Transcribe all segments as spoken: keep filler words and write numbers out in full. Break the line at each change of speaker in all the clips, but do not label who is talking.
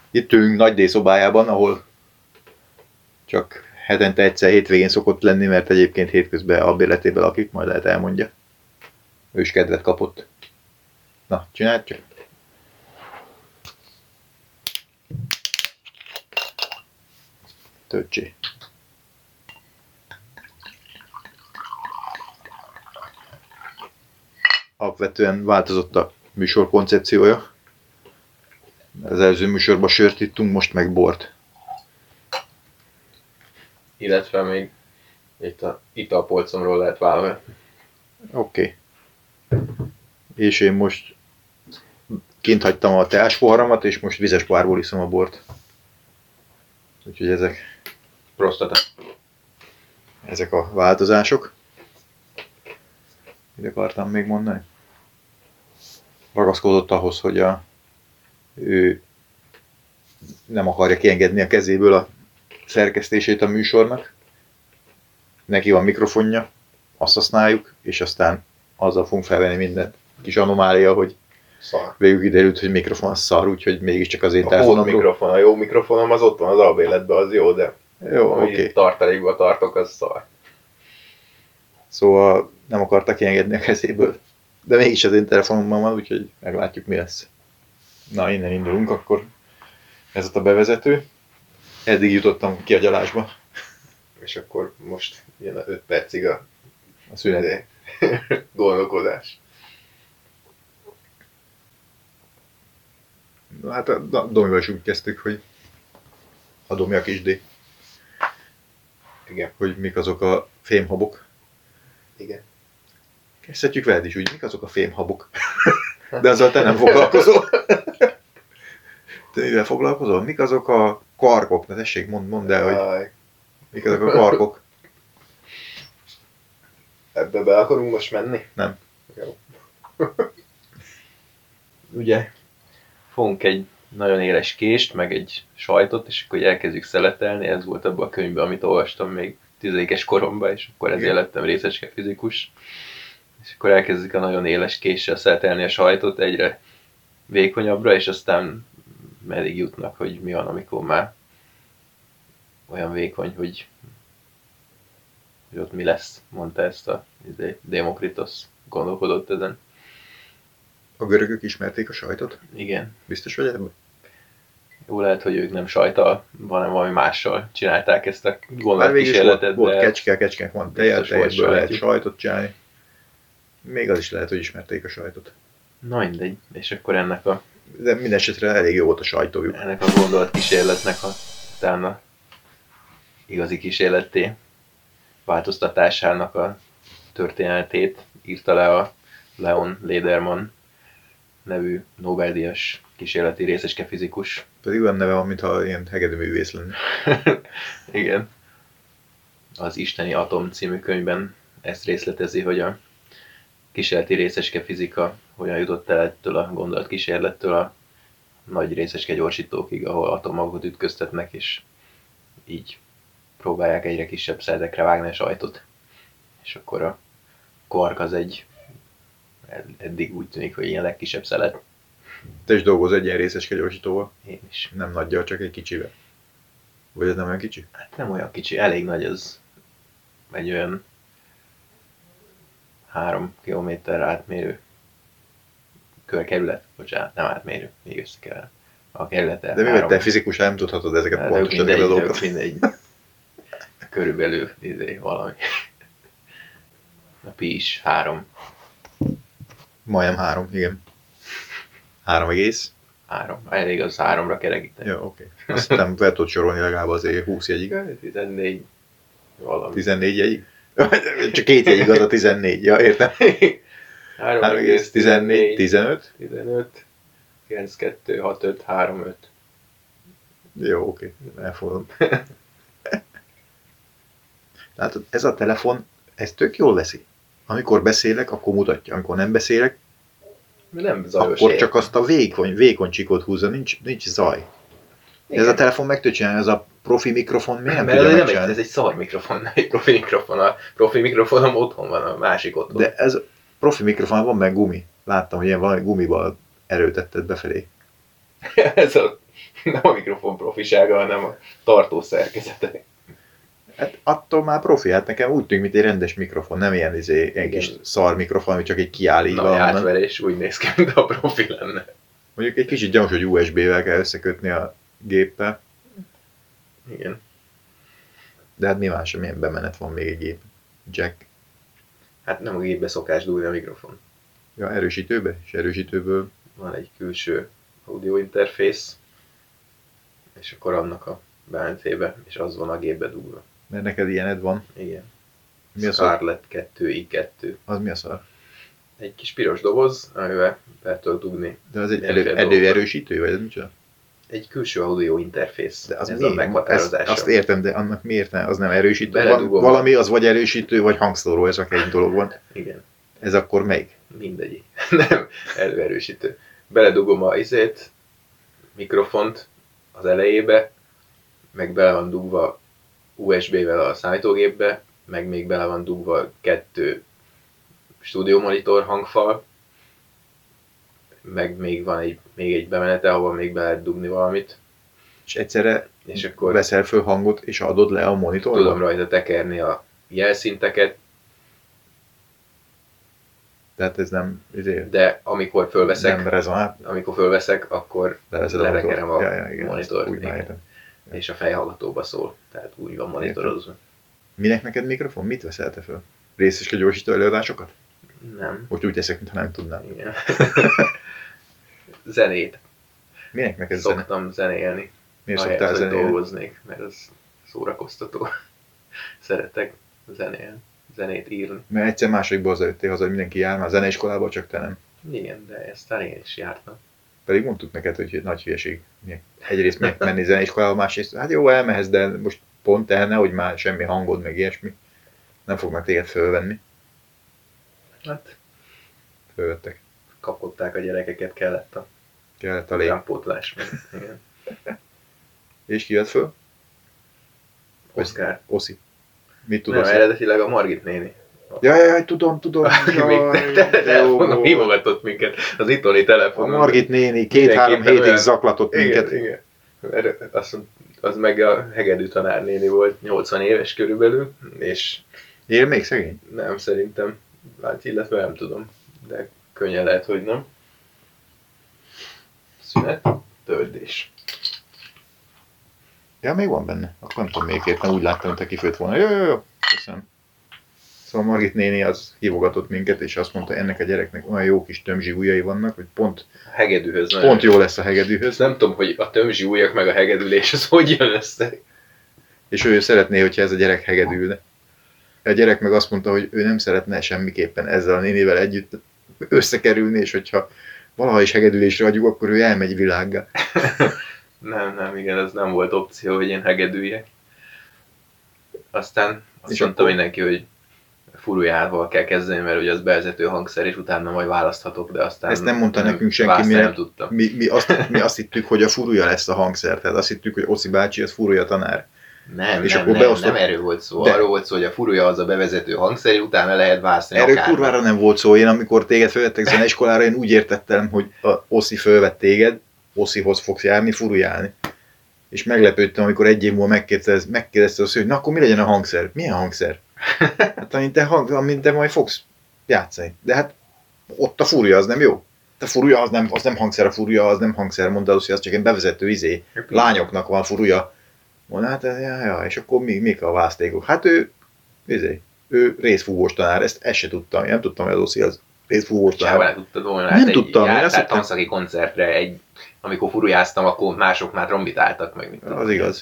Itt ülünk Nagy D szobájában, ahol csak hetente egyszer hétvégén szokott lenni, mert egyébként hétközben a bérletében lakik, majd lehet elmondja. Ő is kedvet kapott. Na, csináld csak. Töcsi. Alapvetően változott a műsor koncepciója. Az előző műsorban sört ittunk, most meg bort.
Illetve még itt a italpolcomról lehet válogatni.
Oké. Okay. És én most kint hagytam a teáspoharamat, és most vizes pohárból iszom a bort. Úgyhogy ezek...
Prostata.
Ezek a változások. Mit akartam még mondani? Ragaszkodott ahhoz, hogy a, ő nem akarja kiengedni a kezéből a szerkesztését a műsornak. Neki van mikrofonja, azt használjuk, és aztán azzal fogunk felvenni minden kis anomália, hogy
Szar.
végül kiderült, hogy mikrofon az szar, úgyhogy mégiscsak az én
A
telefonom.
home mikrofon, a jó mikrofonom az ott van az albéletben, az jó, de
Jó,
ami
oké. Okay.
tartalékba tartok, az szar.
Szóval nem akartak kiengedni a kezéből. De mégis az én telefonomban van, úgyhogy meglátjuk, mi lesz. Na, innen indulunk, akkor ez ott a bevezető. Eddig jutottam kiagyalásba.
És akkor most jön a öt percig a
A szünet.
gondolkodás.
Hát a Domival is úgy kezdtük, hogy a Domi a kis D.
Igen.
Hogy mik azok a fémhabok.
Igen.
Kezdhetjük veled is úgy, mik azok a fémhabok. De azzal te nem foglalkozol. Te mivel foglalkozol? Mik azok a karkok? Na tessék, mondd, mondd el, hogy
Aj,
mik azok a karkok.
ebbe be akarunk most menni?
Nem.
Jó. Ugye fogunk egy nagyon éles kést, meg egy sajtot, és akkor elkezdjük szeletelni. Ez volt abban a könyvben, amit olvastam még tizedikes koromban, és akkor ezért lettem részecske fizikus. És akkor elkezdjük a nagyon éles késsel szeletelni a sajtot egyre vékonyabbra, és aztán meddig jutnak, hogy mi van, amikor már olyan vékony, hogy, hogy ott mi lesz, mondta ezt a Demokritos, gondolkodott ezen.
A görögök ismerték a sajtot?
Igen.
Biztos vagy ebben?
Jó lehet, hogy ők nem sajtal, hanem valami mással csinálták ezt a
Már végig is
gondolatkísérletet,
volt, volt
de
kecske, kecskének van tejet,
biztos volt
tejetből lehet
sajtjuk.
sajtot csinálni. Még az is lehet, hogy ismerték a sajtot.
na mindegy. És akkor ennek a,
De minden esetre elég jó volt a sajtójuk.
ennek a gondolatkísérletnek a utána igazi kísérletté változtatásának a történetét írta le a Leon Lederman nevű Nobel-díjas kísérleti részecske fizikus.
Pedig olyan neve van, mintha ilyen hegedűművész lenne.
Igen. Az Isteni Atom című könyvben ezt részletezi, hogy a kísérleti részecske fizika hogyan jutott el ettől a gondolatkísérlettől a nagy részecske gyorsítókig, ahol atomokat ütköztetnek, és így próbálják egyre kisebb szerzekre vágni a sajtot. És akkor a quark az egy, eddig úgy tűnik, hogy ilyen legkisebb szelet.
Te is dolgozz egy ilyen részecske gyorsítóval.
Én is.
Nem nagyjal, csak egy kicsivel. Vagy ez nem olyan kicsi?
Hát nem olyan kicsi, elég nagy az. Egy olyan három kilométer átmérő körkerület, bocsánat, nem átmérő, még össze kell. A kerülete
De mivel te fizikus, nem tudhatod ezeket
Hát,
pontosan
mindegy,
ezeket a dolgokat.
mindegy. Körülbelül izé, valami. A pi is három.
Majdnem három, igen. Három egész.
Három. Elég az háromra kerekíteni.
Jó, oké. Okay. Azt nem fel tudod sorolni legalább azért húsz jegyig.
tizennégy valami.
tizennégy jegyig? Csak két jegyig az a tizennégy, ja, értem.
három
három egész tizennégy, tizenöt.
tizenöt, kilenc kettő, hat öt, három öt.
Jó, oké, okay. Elfogadom. Látod, ez a telefon, ez tök jól veszi. Amikor beszélek, akkor mutatja. Amikor nem beszélek,
Nem zajos
akkor
ér.
csak azt a vékony, vékony csikot húzza, nincs, nincs zaj.
Igen.
Ez a telefon meg tud csinálni, ez a profi mikrofon miért nem
Mert
tudja
ez, nem egy,
megcsinálni?
ez egy szar mikrofon, nem egy profi mikrofon. A profi mikrofonom otthon van, a másik otthon.
De ez profi mikrofon van meg gumi. Láttam, hogy ilyen valami gumival erőltetted befelé.
ez a Nem a mikrofon profisága, hanem a tartó szerkezete.
Hát attól már profi, hát nekem úgy tűnik, mint egy rendes mikrofon, nem ilyen, izé, ilyen kis szar mikrofon, ami csak egy kiállít
Nagy
valahonnan.
átverés, úgy néz ki, mint a profi lenne.
Mondjuk egy kicsit gyanús, hogy u es bé-vel kell összekötni a géppel,
Igen.
de hát mi más, milyen bemenet van még egy gép. Jack.
Hát nem a gépbe szokás dugni a mikrofon.
Ja, erősítőbe, és erősítőből.
Van egy külső audio interfész, és akkor annak a bemenetébe, és az van a gépbe dugva.
Mert neked ilyened van.
Igen.
Mi a szar?
Scarlett kettő i kettő.
Az mi a szar?
Egy kis piros doboz, amivel be tudok dugni.
De az egy
Mindenféle
elő,
dolgokat.
előerősítő, vagy ez micsoda?
Egy külső audio interfész.
De az
ez
mi?
a meghatározása.
Ezt, azt értem, de annak miért nem? Az nem erősítő?
Beledugom.
Van, valami az vagy erősítő, vagy hangszóró, ez csak egy dolog van.
Igen.
Ez akkor melyik?
Mindegyik. Nem, előerősítő. Beledugom a izét, mikrofont az elejébe, meg bele van dugva u es bé-vel a számítógépbe, meg még bele van dugva kettő stúdiómonitor hangfal, meg még van egy, még egy bemenete, ahol még be lehet dugni valamit,
És egyszerre
és akkor
veszel föl hangot, és adod le a monitorra?
tudom rajta tekerni a jelszinteket,
Tehát ez nem, ezért,
de amikor fölveszek,
nem rezonál,
amikor fölveszek, akkor
leveszed
lerekerem a
ja, ja, igen,
monitort,
ezt úgy
igen.
már értem.
és a fejhallgatóba szól, tehát úgy van monitorozva.
Minek neked mikrofon? Mit veszel te föl? Részeske gyorsító előadásokat?
Nem.
Most úgy teszek, mintha nem tudnám.
Igen. Zenét.
Minek neked zene?
Szoktam zenélni.
Miért
ahelyett,
szoktál
hogy
zenélni?
dolgoznék, mert az szórakoztató. Szeretek zenélni, zenét írni.
Mert egyszer másodikból hazajöttél haza, hogy mindenki jár már zeneiskolába, csak te nem.
Igen, de ezt én is jártam.
Pedig mondtuk neked, hogy nagy hülyeség. Egyrészt miért menni zeneiskolába, másrészt, hát jó, elmehetsz, de most pont el, nehogy már semmi hangod, meg ilyesmi. Nem fognak téged fölvenni.
Hát
Fölvettek.
kapkodták a gyerekeket, kellett a
Kellett a lég.
utánpótlás. Igen.
És ki jött föl?
Oscar.
Oszi. Mit tud
Nem,
Oszi?
eredetileg a Margit néni.
Jaj, jaj, tudom, tudom.
Aki még
Jaj,
telefonon
jó.
hívogatott minket, az itthoni
A
telefonon.
Margit néni két-három
Mindenképpen
hétig
olyan-
zaklatott minket.
Igen, igen. Mert azt mond- az meg a hegedű tanárnéni volt, nyolcvan éves körülbelül, és
Él még szegény?
nem szerintem, hát illetve nem tudom, de könnyen lehet, hogy nem. Szünet, töltés.
Ja, még van benne. Akkor nem tudom miért értem, úgy láttam, hogy te kifőtt volna. Jó, jó, jó. Köszönöm. Szóval Margit néni az hívogatott minket, és azt mondta, ennek a gyereknek olyan jó kis tömzsi ujjai vannak, hogy pont,
A hegedűhöz nagyon
pont jó lesz a hegedűhöz.
Nem tudom, hogy a tömzsi ujjak meg a hegedülés az hogy jön össze.
És ő szeretné, hogyha ez a gyerek hegedülne. A gyerek meg azt mondta, hogy ő nem szeretne semmiképpen ezzel a nénivel együtt összekerülni, és hogyha valaha is hegedülésre adjuk, akkor ő elmegy világgá.
Nem, nem, igen, ez nem volt opció, hogy én hegedüljek. Aztán azt
És
mondta
akkor-
mindenki, hogy furujával kell kezdeni, mert ugye az bevezető hangszer, és utána majd választhatok, de aztán
Ezt nem mondta nekünk senki,
választani
mire-
nem tudtam.
Mi, mi, azt, mi azt hittük, hogy a furúja lesz a hangszer, tehát azt hittük, hogy Oszi bácsi az furúja tanár.
Nem,
És
nem,
akkor
nem,
beosztott-
nem erről volt szó.
De-
Arról volt szó, hogy a furuja az a bevezető hangszer, és utána lehet választani
Erről
akármit.
kurvára nem volt szó. Én amikor téged fölvettek zeneiskolára, én úgy értettem, hogy a Oszi fölvett téged, Oszihoz fogsz járni, furujálni. És meglepődtem, amikor egy év múlva megkérdez, megkérdezte azt, hogy na akkor mi legyen a hangszer? Milyen hangszer? Hát amint te, hang, amint te majd fogsz játszani. De hát ott a furúja az nem jó. A furúja az nem, az nem hangszer, a furúja az nem hangszer, mondta az, hogy az csak egy bevezető izé. Lányoknak van furúja. Mondta, hát ja, ja, és akkor mi, mik a vásztékok? Hát ő, izé, ő részfúvós tanár, ezt, ezt se tudtam. Én nem tudtam, hogy az Oszi az részfúvós
Csáva
tanár.
nem tudtad volna.
Nem
egy
tudtam, én azt
jártál
hittem-
tanszaki koncertre, egy, amikor furujáztam, akkor mások már trombitáltak meg. Mit tudom.
Az igaz.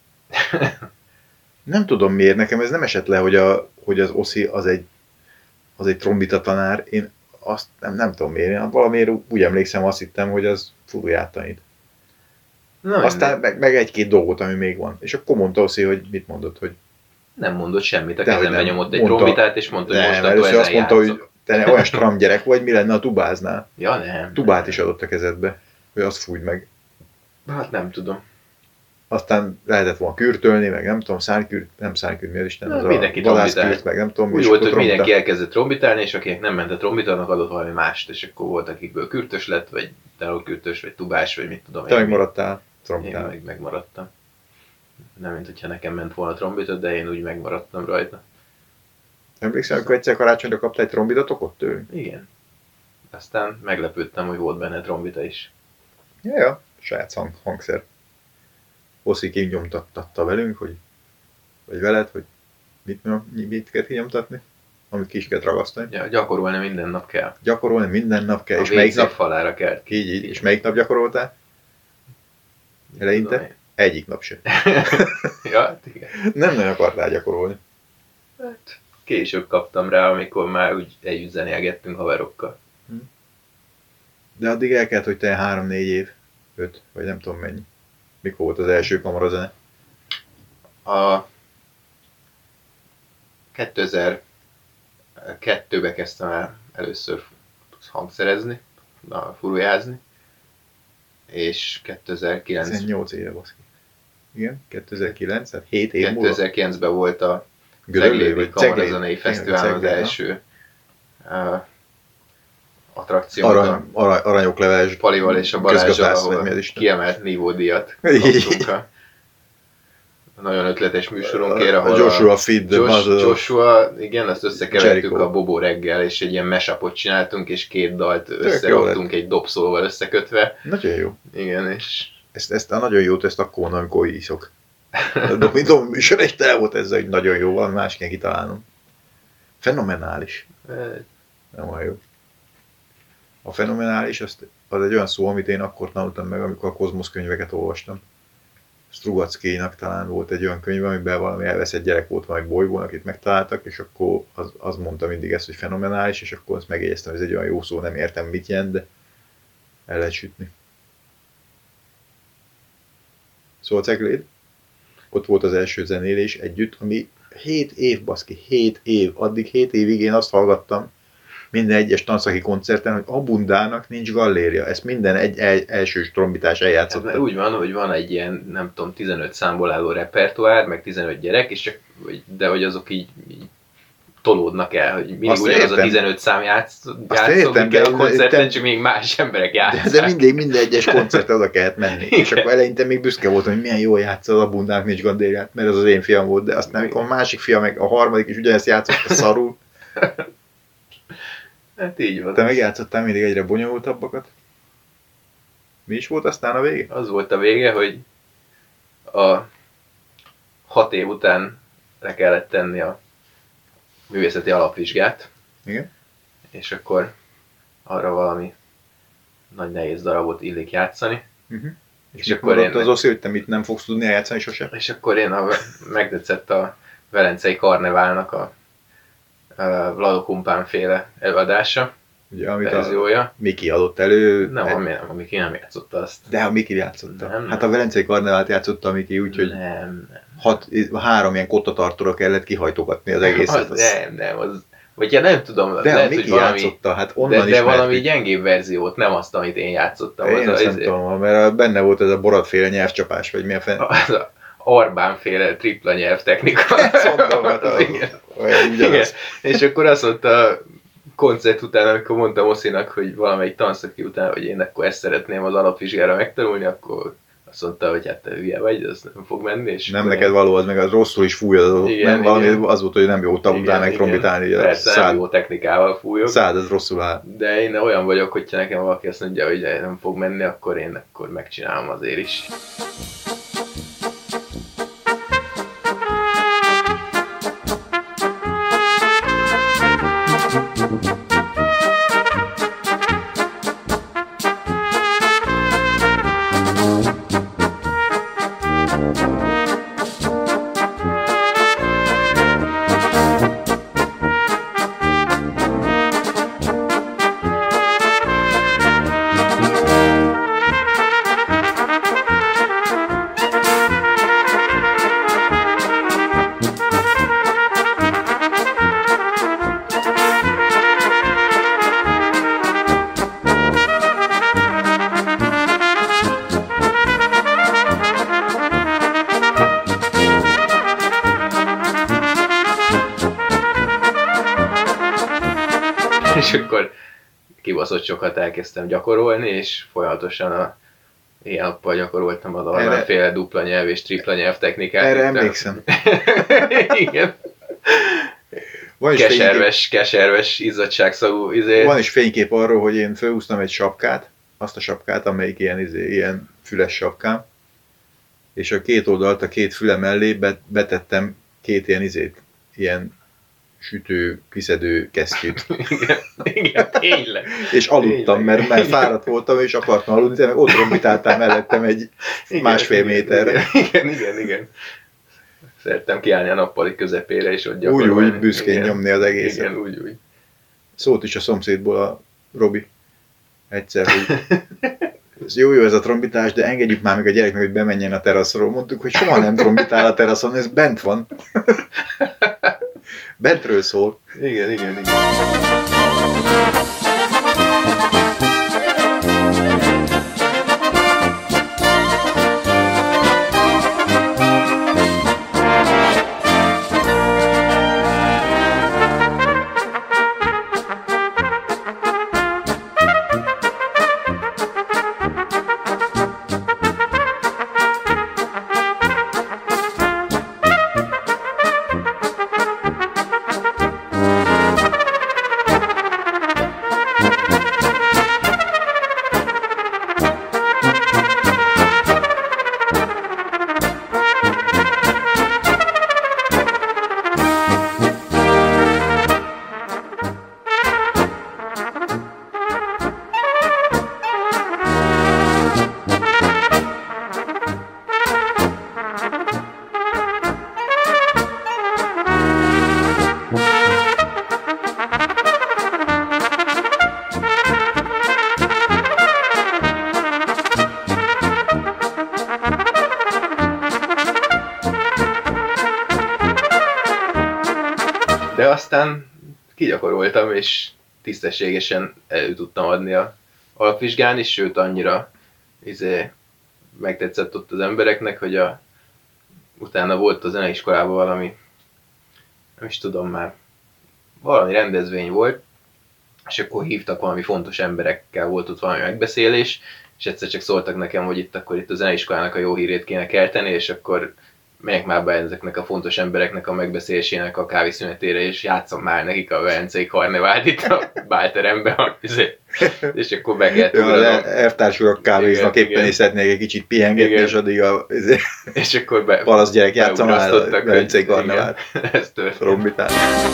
Nem tudom miért, nekem ez nem esett le, hogy, a, hogy az Oszi az egy, az egy trombita tanár. Én azt nem, nem tudom miért. Én valamiért úgy emlékszem, azt hittem, hogy az furuját tanít.
Na,
Aztán meg, meg egy-két dolgot, ami még van. És akkor mondta Oszi, hogy mit mondott, hogy
nem mondott semmit, a
Dehogy
kezembe
nem.
nyomott egy
Mondta-
trombitát, és mondta, hogy
nem,
mostantól
először
ezen
azt mondta,
játszok.
hogy te olyan stram gyerek vagy, mi lenne, ha tubáznál.
Ja, nem.
Tubát is adott a kezedbe, hogy azt fújj meg.
Hát nem tudom.
Aztán lehetett volna kürtölni, meg nem tudom, szárkürt, nem szárkürt, mi az Isten,
Na,
az
mindenki
a vadászkürt,
trombitált.
meg nem tudom,
Úgy
és
volt,
akkor
hogy mindenki
trombita.
elkezdett trombitálni, és akinek nem ment a trombita, annak adott valami mást, és akkor volt, akikből kürtös lett, vagy tenor kürtös, vagy tubás, vagy mit tudom
Te
én.
meg maradtál. trombitál.
Én meg megmaradtam. Nem, mint hogyha nekem ment volna trombitot, de én úgy megmaradtam rajta.
Emlékszel, amikor egyszer karácsonyra kaptál egy trombitotokot tőlünk?
Igen. Aztán meglepődtem, hogy volt benne trombita is.
Ja, ja, saját hang, hangszer. Oszi kinyomtatta velünk, hogy vagy veled, hogy mit, mit kell kinyomtatni, amit ki is kell ragasztani.
Ja, gyakorolni minden nap kell.
Gyakorolni minden nap kell.
A
És melyik nap?
falára kell.
Így, így. És melyik nap gyakoroltál? Eleinte? Egyik nap sem.
Ja, igen.
Nem nagyon akartál gyakorolni.
Hát, később kaptam rá, amikor már úgy együtt zenélgettünk haverokkal.
De addig el kellett, hogy te három-négy év, öt, vagy nem tudom mennyi. Mikor volt az első kamarazene?
A kétezer-kettőben kezdtem el először hangszerezni, na, furujázni, és kétezer-kilenc
tizennyolc éve baszki. Igen, kétezer-kilenc, tehát hét év múlva.
kétezer-kilencben volt a
Görögléi
Ceglédi
vagy
Kamarazenei
Ceglédi?
Fesztiválon az
Ceglédi,
első uh, attrakció.
Arany, arany, aranyokleves.
Palival és a Balázsral,
közgazdász, vagy mi az
ahol
Isten.
kiemelt nívódíjat kaptunk a nagyon ötletes műsorunkért, ahol
a Joshua Feed,
Josh,
a
Joshua, igen, azt összekevertük
Jericho.
a Bobó reggel, és egy ilyen mashup-ot csináltunk, és két dalt
jó
összeraktunk egy dobszólóval összekötve.
Nagyon jó.
Igen, és
Ezt, ezt a nagyon jót, ezt akkor mondom, amikor iszok. A Domi Domi műsor egy tele volt ezzel, hogy nagyon jó, valami más kell kitalálnom. Fenomenális.
eh,
Nem olyan jó. A fenomenális, az, az egy olyan szó, amit én akkor tanultam meg, amikor a kozmosz könyveket olvastam. Strugackinak talán volt egy olyan könyv, amiben valami elveszett gyerek volt valami bolygón, akit megtaláltak, és akkor az, az mondta mindig ezt, hogy fenomenális, és akkor azt megjegyeztem, hogy ez egy olyan jó szó, nem értem mit jelent, de el lehet sütni. Szóval Cegléd, ott volt az első zenélés együtt, ami hét év, baszki, hét év, addig hét évig én azt hallgattam minden egyes tanszaki koncerten, hogy a bundának nincs galléria. Ezt minden egy el, elsős trombitás
hát,
eljátszotta.
mert úgy van, hogy van egy ilyen, nem tudom, tizenöt számból álló repertoár, meg tizenöt gyerek, és csak, hogy- de hogy azok így, így tolódnak el, hogy mindig
Azt
ugyanaz a
értem.
tizenöt szám játsz,
Azt
játszódik
értem,
el
de-
a koncerten,
de-
csak még más emberek játszák.
De mindig minden egyes koncertre oda kellett menni. És
Igen.
akkor eleinte még büszke voltam, hogy milyen jól játszol a bundának nincs gallériát, mert az az én fiam volt, de aztán amikor a másik fia, meg a harmadik is ugyanezt játszott a szarul.
Hát így van.
Te megjátszottál mindig egyre bonyolultabbakat. Mi is volt aztán a vége?
Az volt a vége, hogy a hat év után le kellett tenni a művészeti alapvizsgát,
Igen.
és akkor arra valami nagy nehéz darabot illik játszani.
Uh-huh.
És,
És,
és
akkor
akkor
mondott
én,
az Oszi, hogy te mit nem fogsz tudni eljátszani sosem?
és akkor én a, megtetszett a Velencei Karneválnak a, a Vlado Kumpán féle előadása,
Ugye, amit a
verziója.
Miki adott elő.
Nem, ami, ami ki nem játszotta azt.
De a Miki játszotta.
Nem, nem.
Hát a Velencei Karnevált játszotta a Miki, úgyhogy
Nem, nem.
hat, három ilyen kottatartóra kellett kihajtogatni az egészet.
Az, nem, nem, az... Vagy ja, nem tudom,
De
lehet,
a Miki
hogy valami...
játszotta, hát
De,
onnan
de
ismertük.
valami gyengébb verziót, nem azt, amit én játszottam.
Én
az,
azt
a,
nem tudom, mert benne volt ez a boratféle nyelvcsapás, vagy mi a fenn.
az a Orbán féle tripla nyelvtechnika.
Ezt mondom, hát az-
Igen.
olyan
Igen.
ugyanaz.
És akkor azt mondta a koncert után, amikor mondtam Oszinak, hogy valamelyik tanszaki után, hogy én akkor ezt szeretném az alapvizsgára megtanulni, akkor azt mondta, hogy hát te hülye vagy, ez nem fog menni. És
Nem
akkor
neked való, az meg az rosszul is fúj, az,
Igen,
nem valami,
igen.
az volt, hogy nem jó tanultál meg trombitálni, hogy a
Persze, nem
szád,
jó technikával fújok.
szád az rosszul áll.
De én olyan vagyok, hogyha nekem valaki azt mondja, hogy nem fog menni, akkor én akkor megcsinálom azért is. És akkor kibaszott sokat elkezdtem gyakorolni, és folyamatosan a ilyen nappal gyakoroltam az almánféle dupla nyelv és tripla nyelv technikát.
Erre emlékszem.
Igen.
Van is
keserves, fénykép, keserves, izzadságszagú izé.
Van is fénykép arról, hogy én felhúztam egy sapkát, azt a sapkát, amelyik ilyen, izé, ilyen füles sapkám, és a két oldalt, a két füle mellé betettem két ilyen izét, ilyen sütő, kiszedő kesztyűt.
Igen, igen, tényleg.
És aludtam, tényleg. mert, mert fáradt voltam, és akartam aludni, de meg ott rombitáltál mellettem egy igen, másfél
igen,
méterre.
Igen, igen, igen. Szerettem kiállni a nappali közepére, és ott gyakorolni.
Úgy, úgy büszkén igen, nyomni az egészet.
Igen, úgy, úgy.
Szólt is a szomszédból a Robi egyszer, hogy ez jó, jó ez a trombitás, de engedjük már meg a gyereknek, hogy bemenjen a teraszról. Mondtuk, hogy soha nem trombitál a teraszon, ez bent van. Bentről szól.
Igen, igen, igen. De aztán kigyakoroltam, és tisztességesen elő tudtam adni a alapvizsgán is, sőt annyira izé, megtetszett ott az embereknek, hogy a, utána volt a zeneiskolában valami, nem is tudom már, valami rendezvény volt, és akkor hívtak valami fontos emberekkel, volt ott valami megbeszélés, és egyszer csak szóltak nekem, hogy itt akkor itt a zeneiskolának a jó hírét kéne kelteni, és akkor menjek már be ezeknek a fontos embereknek a megbeszélésének a kávészünetére, és játszom már nekik a Velencei Karnevált itt a bálteremben, és akkor be kellett
ugranom. Ja, elvtársulak kávéznak igen, éppen, igen. És szeretnék egy kicsit pihengetni, és addig a
és akkor be,
palasz gyerek játszom már a Velencei Karnevált.
Ez történt.
Rombitál.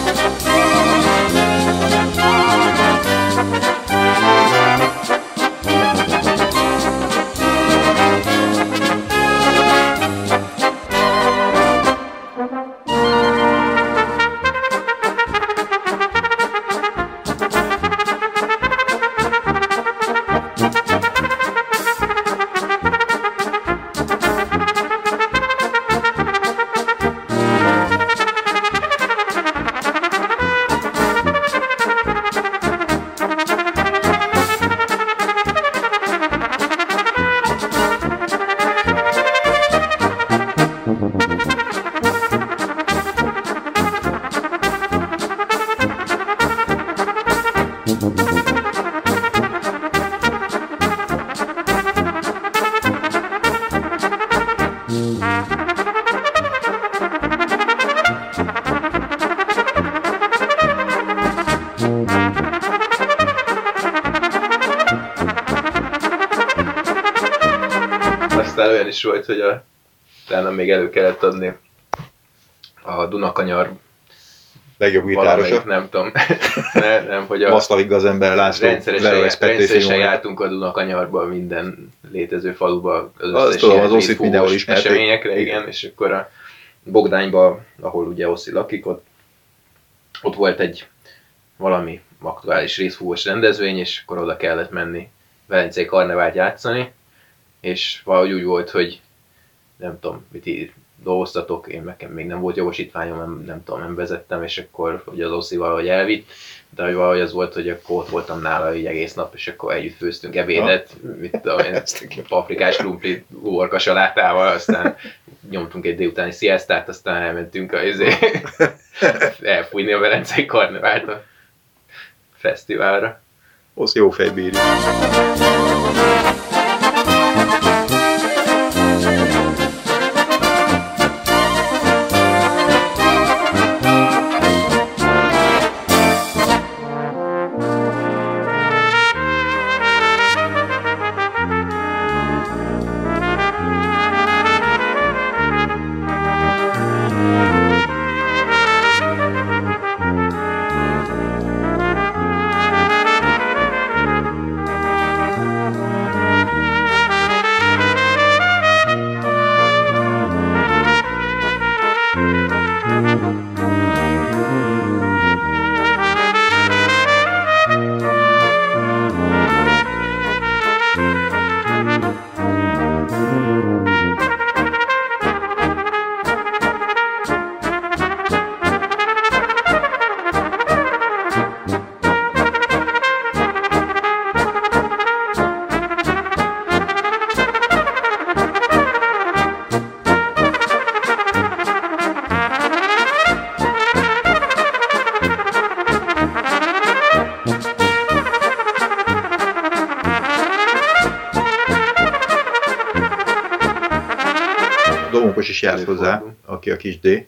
Aztán olyan is volt, hogy a, utána még elő kellett adni a Dunakanyar
legjobb gitárosa.
Nem tudom. ne, nem, hogy a
Maszlavig az ember László.
Rendszeresen, rendszeresen jártunk a Dunakanyarba minden létező faluba az összes
tudom, az Oszit mindenhol ismerték.
Eseményekre, igen, és akkor a Bogdányba, ahol ugye Oszi lakik, ott, ott volt egy valami aktuális részfúvós rendezvény, és akkor oda kellett menni Velencei Karnevált játszani, és valahogy úgy volt, hogy nem tudom, mit így dolgoztatok, én nekem még nem volt jogosítványom, nem, nem tudom, nem vezettem, és akkor hogy az Oszi valahogy elvitt, de hogy valahogy az volt, hogy akkor ott voltam nála így egész nap, és akkor együtt főztünk ebédet, mit tudom én, paprikás krumpli, uborka salátával, aztán nyomtunk egy délutáni sziasztát, aztán elmentünk a izé, elfújni a Velencei Karnevált a fesztiválra.
Oszi jó fejbírja. Miklós is járt hozzá,
Előfordul.
aki a kis D.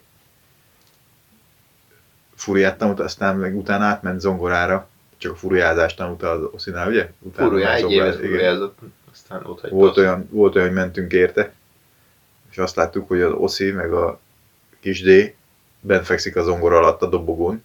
Furiát tanult, aztán meg utána átment zongorára, csak a furiázást tanulta az Oszinál, ugye? Utána
Furujá,
már
egy
zongorát-
évet
igen.
furujázott, aztán ott hagyta.
Volt
azt.
olyan, volt olyan, hogy mentünk érte, és azt láttuk, hogy az Oszi meg a kis D bent fekszik a zongora alatt a dobogón.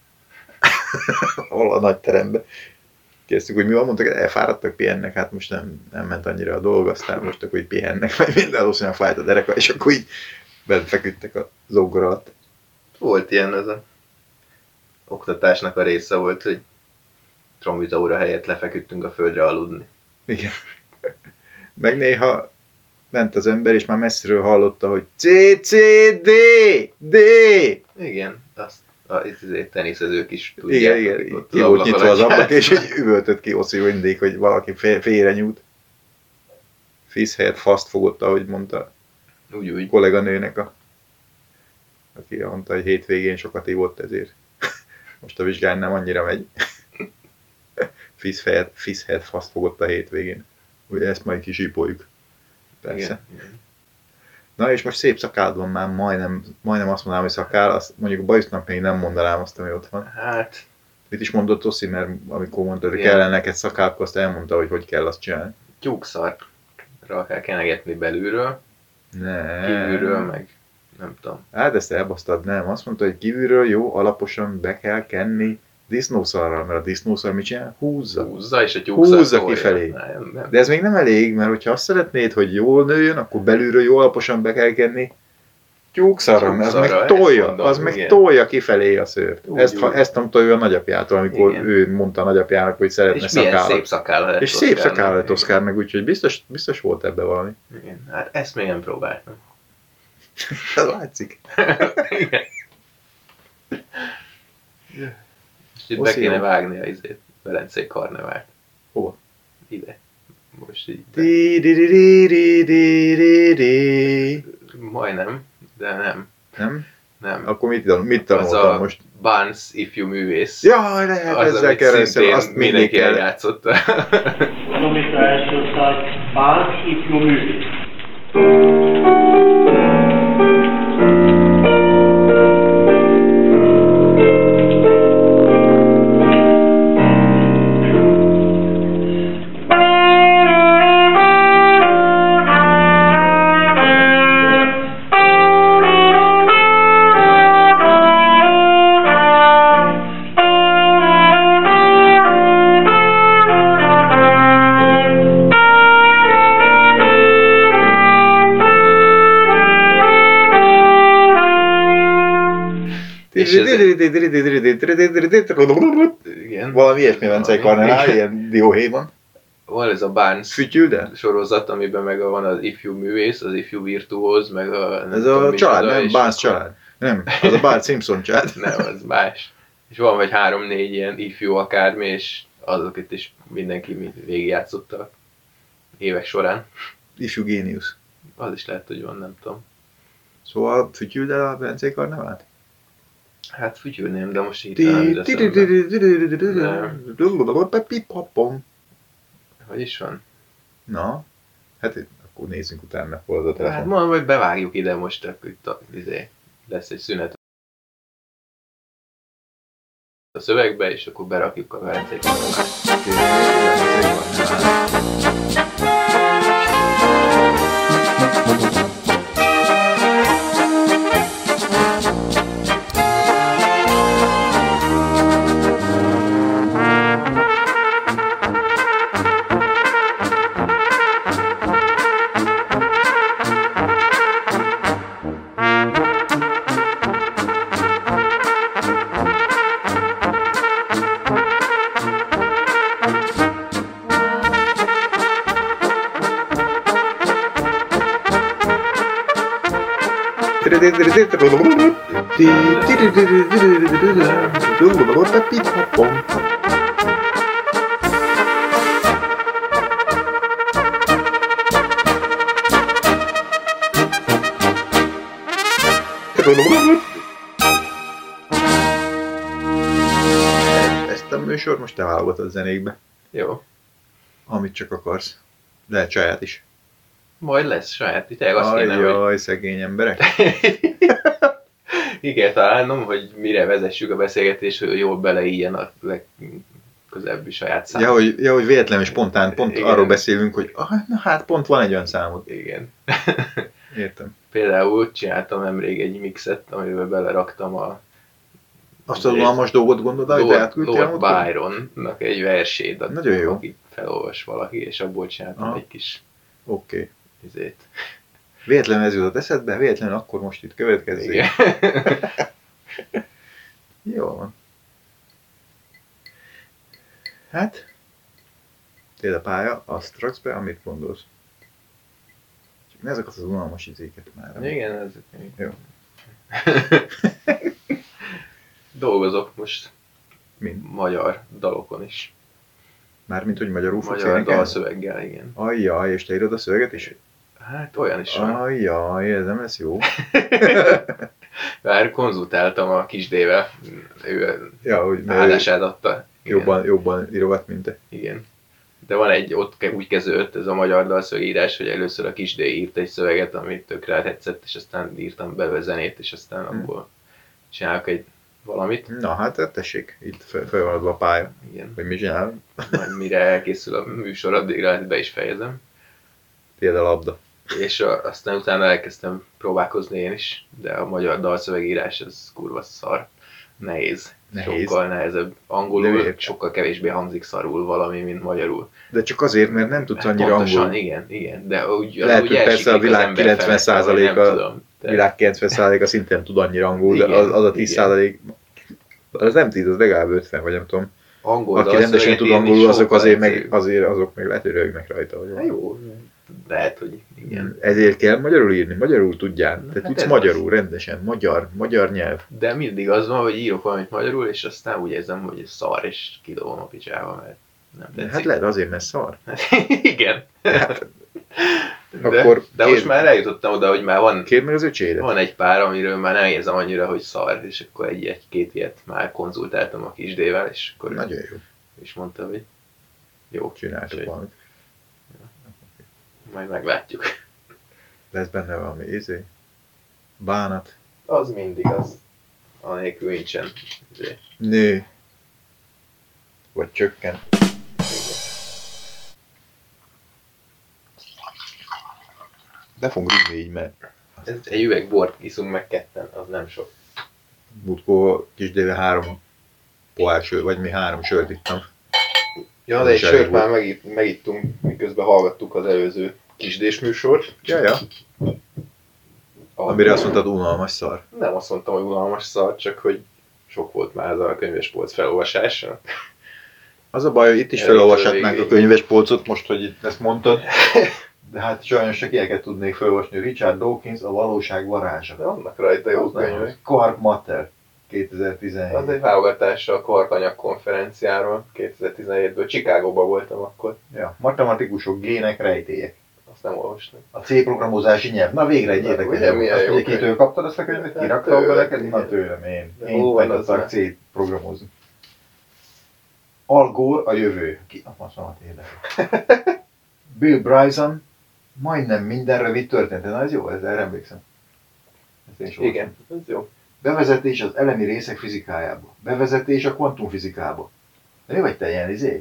Ahol a nagy teremben. Kérdeztük, hogy mi van, mondtak, elfáradtak, pihennek, hát most nem, nem ment annyira a dolog, aztán most akkor így pihennek, mert minden Oszinak fájt a dereka, és akkor így bent feküdtek a zongora alatt.
Volt ilyen, az a oktatásnak a része volt, hogy trombita óra helyett lefeküdtünk a földre aludni.
Igen. Meg néha ment az ember, és már messziről hallotta, hogy C, C, D, D.
Igen, azt a izé, teniszezők is tudják.
Igen,
akik
igen.
ott
Ki volt
ablak
nyitva az
alatt
ablak, és
játsznak.
egy üvöltött ki Oszi mindig, hogy valaki fél, félre nyújt. Fisz helyett faszt fogott, ahogy mondta
Úgy, úgy.
a kolléganőnek, a, aki mondta, hogy hétvégén sokat ívott ezért. Most a vizsgán nem annyira megy. Fisz helyett, fisz helyett faszt fogott a hétvégén. Ugye ezt majd kisípoljuk. Persze.
Igen, igen.
Na és most szép szakád van már, majdnem, majdnem azt mondanám, hogy szakál, azt mondjuk a Bajusznak még nem mondanám azt, ami ott van.
Hát,
Mit is mondott Oszi, mert amikor mondta, hogy
Igen.
kellene neked szakál, akkor azt elmondta, hogy hogy kell azt csinálni.
tyúkszarra kell kenegetni belülről,
Nem.
kívülről, meg nem tudom.
Hát ezt elbasztad, nem. Azt mondta, hogy kívülről jó, alaposan be kell kenni disznószarral, mert a disznószar mit csinál? Húzza.
Húzza, és a tyúkszar
Húzza
tolja.
kifelé.
Nem, nem.
De ez még nem elég, mert hogyha azt szeretnéd, hogy jól nőjön, akkor belülről jó alaposan be kell kenni tyúkszarra, mert az
Tyúkszarra,
meg
ezt
tolja,
mondom,
az meg
igen.
tolja kifelé a szőrt.
Úgy,
Ezt, ha,
úgy.
ezt tanulta ő a nagyapjától, amikor
Igen.
ő mondta a nagyapjának, hogy szeretne
És milyen
szakállat.
szép szakáll lett
És szép
Oszkárnak.
szakáll lett Oszkárnak, úgyhogy biztos, biztos volt ebbe valami.
Igen, hát ezt még nem próbáltam.
Ez látszik.
Igen. Most itt be
Oszi,
kéne
jó.
vágni a izét, Velencei karnevált.
Hova?
Ide. Most így. De
Di, di, di, di, di, di, di, di.
majdnem, de nem.
Nem?
Nem.
Akkor mit, mit
Az
tanultam
a
most?
Barnes ifjú művész.
Jaj, lehet
az,
ezzel
amit
keresztül,
szintén
azt mindig
mindenki
kell.
eljátszotta.
Trombita első osztály, Barnes ifjú művész.
És ez- Igen.
Valami ilyesmi Velencei karnevál,
Igen.
ilyen dióhéjban.
Van ez a Barnes
Fütyülde?
sorozat, amiben meg van az ifjú művész, az ifjú virtuóz, meg a... nem
Ez
tudom
a család,
micsoda,
nem?
és
Barnes
akkor-
család. Nem, az a Bart Simpson család.
Nem, az más. És van vagy három-négy ilyen ifjú akármi, és azokat is mindenki végigjátszotta évek során.
Ifjú géniusz.
Az is lehet, hogy van, nem tudom.
Szóval fütyüld el a Velencei karnevált?
Hát fütyülném, de most így nem jut eszembe. Hogy is van?
Na, hát akkor nézzünk utána, hol az a
Hát
telefon.
mondom, hogy bevágjuk ide most, akkor itt a, izé, lesz egy szünet a szövegbe, és akkor berakjuk a Velencei karnevát.
Ezt a műsor most te válogatod zenékbe,
Jó.
amit csak akarsz. Lehet saját is.
Majd lesz saját, itt azt kéne, hogy...
Ajjaj, szegény emberek.
Igen, találnom, hogy mire vezessük a beszélgetést, hogy jól beleíjen a legközelebbi saját számot.
Ja, hogy, ja, hogy véletlenül spontán, pont
Igen.
arról beszélünk, hogy ah, na hát pont van egy olyan számod.
Igen.
Értem.
Például csináltam nemrég egy mixet, amiben beleraktam a
Azt a unalmas dolgot gondolod, hogy
Lord,
átküldtél
Lord
múltkor?
Byronnak egy versét,
Nagyon jó.
akit felolvas valaki, és abból csináltam
Aha.
egy kis
Oké. Okay.
izét.
Véletlenül ez jutott eszedbe, véletlenül akkor most itt következzék.
Igen.
Jó van. Hát, tél a pálya, azt raksz be, amit gondolsz. Csak ne ezeket az unalmas izéket már.
Igen, ez...
Jó.
Dolgozok most
Mind.
magyar dalokon is.
Mármint, hogy magyarul fogsz
Magyar
énekelni?
dalszöveggel, igen.
Ajjaj, és te írod a szöveget is?
Hát olyan is van.
Ajjaj, ez nem lesz jó.
Már konzultáltam a kisdével, ő
Ja, hogy mert
állását adta. Igen.
jobban, jobban írogat, mint te.
Igen. De van egy, ott ke- úgy kezdődött ez a magyar dalszövegírás, hogy először a kisdé írt egy szöveget, amit tökre tetszett, és aztán írtam belőle zenét, és aztán
Hm.
abból csinálok egy valamit.
Na hát, tessék, itt fel, fel van adva a pálya.
Igen.
Hogy mi csinál?
Majd mire elkészül a műsor, addigra hát be is fejezem.
Tiéd a labda.
És a, aztán utána elkezdtem próbálkozni én is, de a magyar dalszövegírás az kurva szar. Nehéz.
Nehéz.
Sokkal nehezebb.
De
Angolul
miért?
sokkal kevésbé hangzik szarul valami, mint magyarul.
De csak azért, mert nem tudsz annyira
Pontosan,
angolul.
igen, igen. De úgy,
Lehet,
úgy
hogy persze
elsiklik
a
az
világ
ember
kilencven százaléka
felette, vagy nem tudom.
A
De
világ kilencven százaléka szinten tud annyira angolul, de
Igen,
az, az a
igen.
tíz százalék, az nem tíz, az legalább ötven, vagy nem tudom.
angol
Aki rendesen
dalszöveget
tud
írni
angolul, azok
sokkal
azért, meg,
egyszerűbb.
azért azok meg lehet, hogy röhögnek rajta. Vagy
Hát
valami.
jó, lehet, hogy igen.
Ezért kell magyarul írni, magyarul tudjál.
Na,
Te
hát
tudsz
ez
magyarul, rendesen, magyar, magyar nyelv.
De mindig az van, hogy írok valamit magyarul, és aztán úgy érzem, hogy ez szar, és kidobom a picsába, mert nem tetszik.
Hát lehet azért, mert szar.
Igen.
Hát,
De,
akkor
de most
kér-
már eljutottam oda, hogy már van,
Kérd meg az öcsédet.
van egy pár, amiről már nem érzem annyira, hogy szar, és akkor egy-két ilyet már konzultáltam a kisdével, és akkor ő
Nagyon jó.
is mondta, hogy jó,
Csináltok
úgyhogy
valamit.
majd meglátjuk.
Lesz benne valami izé. Bánat.
Az mindig az, anélkül nincsen. izé.
Nő. Vagy csökken. De fogunk rúgni így, mert
Ez egy üveg bort iszunk meg ketten, az nem sok.
múltkor kisdéve három pohár sör, vagy mi három sört ittam.
Ja,
Az
de egy
is elég
sört
volt.
már megit, megittunk, miközben hallgattuk az előző kisdés műsort.
Ja, ja. Amire azt mondtad, unalmas szar.
Nem azt mondtam, hogy unalmas szar, csak hogy sok volt már ez a könyvespolc felolvasása.
Az a baj, hogy itt is
Elég
felolvashatnánk
végig.
a könyves polcot, most, hogy itt ezt mondtad. De hát sajnos csak ilyeneket tudnék felolvasni. Richard Dawkins, A valóság varázsa.
De vannak rajta jó
Az nem
könyvek.
az. Quark Matter,
Az
kétezer-tizenhét.
egy válogatása a Kvarkanyag konferenciáról kétezer-tizenhétből. Chicagóban voltam akkor.
Ja. Matematikusok, gének, rejtélyek.
Azt nem olvastam.
A C programozási nyelv. Na végre egy
Na,
érdekes.
ugye, milyen
Azt
jó
ugye
könyv.
kitől kaptad ezt a könyvet?
Hát
Kiraktam
tőle,
be neked?
igen.
Na tőlem én.
De
Én
hol van az
megtudtak
már?
C programozni. Al Gore a jövő. Ki a faszomat érdekel. Bill Bryson, majdnem minden rövid történet. Na ez jó, ezzel emlékszem. Ezt én is olvastam.
Igen, ez jó.
Bevezetés az elemi részek fizikájába. Bevezetés a kvantumfizikába. De mi vagy te ilyen izé?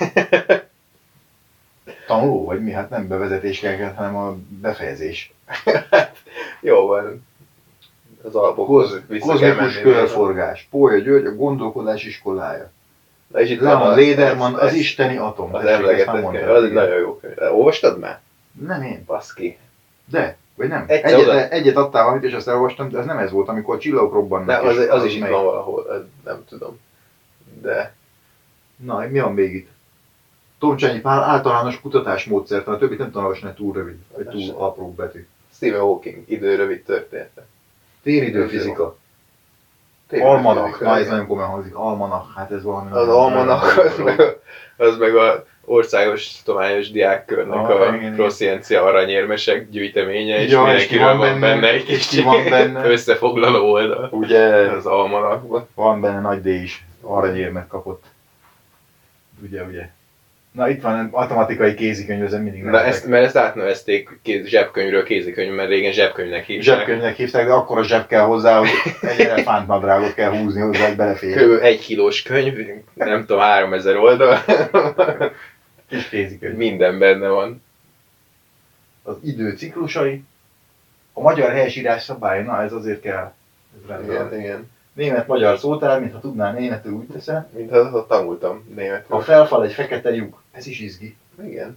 Tanuló vagy mi? Hát nem bevezetés kell, hanem a befejezés.
Jó van. Az alapokhoz
Koz,
vissza kell
kozmikus
menni.
körforgás. Pólya György, a gondolkodás iskolája.
Na és itt van
Leon
a-
Lederman,
ez-
az
ez-
isteni atom.
Az
Tessék, ezt már
emlegetett
mondtad.
könyv. Az egy
Igen.
nagyon jó könyv. Olvastad már?
Nem én.
Baszki.
De, vagy nem.
Egyszer
Egyet,
oda-
egyet adtál valamit, és azt elolvastam, de ez nem ez volt, amikor a csillagok robbannak.
De az,
és
az is itt
melyik?
van valahol, ez nem tudom. De
Na, mi van még itt? Tomcsányi Pál általános kutatásmódszert, a többit nem tudom olvasni, túl rövid, vagy túl
Sem.
apró betű.
Stephen Hawking idő rövid története.
Téridőfizika.
Tényleg
Almanach,
fizika,
na ez
igen.
nagyon komolyan hangzik. Almanach, hát ez valami...
Az
nagyon-
almanach,
nagyon-
az meg, a, az meg a országos tudományos diákkörnek
Ah,
a
igen, igen.
proszciencia aranyérmesek gyűjteménye, és
Ja, és
mindenkiről
ki van
van
benne-
benne egy
és
kis
ki van benne?
összefoglaló oldal
Ugye
az almanachban.
van benne nagy D is, aranyérmet kapott. Ugye, ugye. Na itt van, matematikai kézikönyv, ezen mindig
Na ezt, mert ezt átnevezték kéz, zsebkönyvről kézikönyv, mert régen zsebkönyvnek hívták.
Zsebkönyvnek hívták, de akkora zseb kell hozzá, hogy egy elefántnadrágot kell húzni hozzá, hogy belefér.
Kb. egy kilós könyv, nem tudom, háromezer oldal.
Kis kézikönyv.
Minden benne van.
Az idő ciklusai, a magyar helyesírás szabály, na ez azért kell. Ez rendben.
Igen, igen.
Német-magyar szótár, mintha tudnál németül, úgy teszem.
Mintha ha tanultam németül.
A felfal egy fekete lyuk, ez is izgi.
Igen.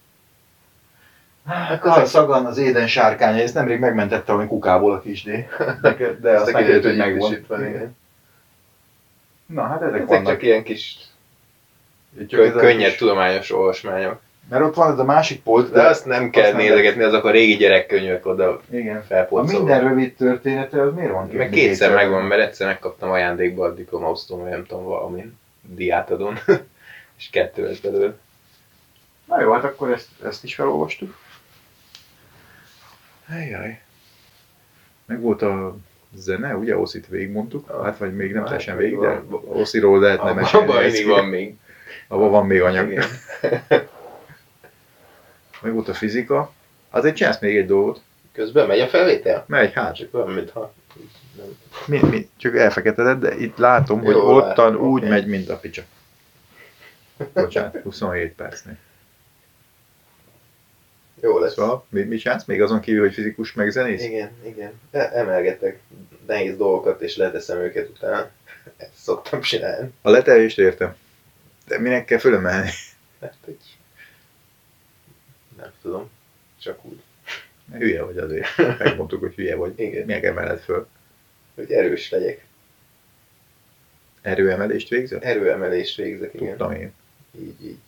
Hát Carl Sagan, az éden sárkánya, ezt nemrég megmentette valami kukából a kisdé. De, de azt megjelent, hogy megvan.
Van, igen.
Na hát ezek
Ezek
vannak.
csak ilyen kis
Csak ez a
könnyed
kis-
tudományos olvasmányok.
Mert ott van ez a másik polt,
De azt nem kell
azt nem
nézegetni, azok a régi gyerekkönyvek oda
Igen. A
felpolcolva.
minden rövid története, az miért van
Meg
kérdés?
kétszer megvan, mert egyszer megkaptam ajándékba a diplomaosztón, vagy nem tudom, valamin diátadon. És kettő lett belőle.
Na jó, hát akkor ezt, ezt is felolvastuk. Ajjaj. Meg volt a zene, ugye Oszit végigmondtuk? Hát vagy még nem
Hát,
teljesen
még
végig, de
van.
Osziról lehetne mesélni.
Abban
ezt
mindig
ki.
van még.
Abban van még anyag.
Igen.
Meg volt a fizika. Azért csinálsz még egy dolgot.
Közben megy a felvétel?
Megy, hát.
Csak olyan, mintha... Nem.
Mi, mi, csak elfeketedett, de itt látom, hogy
Jól
ottan
látom,
úgy
oké.
megy, mint a picsa. Bocsánat, huszonhét percnél.
Jó lesz.
Szóval, mit, mit csinálsz? Még azon kívül, hogy fizikus meg zenész?
Igen, igen. E- Emelgetek nehéz dolgokat, és leteszem őket utána. Ezt szoktam csinálni.
A letelést értem. De minek kell fölemelni?
Hát, hogy... Nem tudom. Csak úgy.
Hülye vagy azért. Megmondtuk, hogy hülye vagy.
Igen.
Minek emeled föl?
Hogy erős legyek.
Erőemelést végzel?
Erőemelést végzek, igen.
Tudtam én.
Így, így.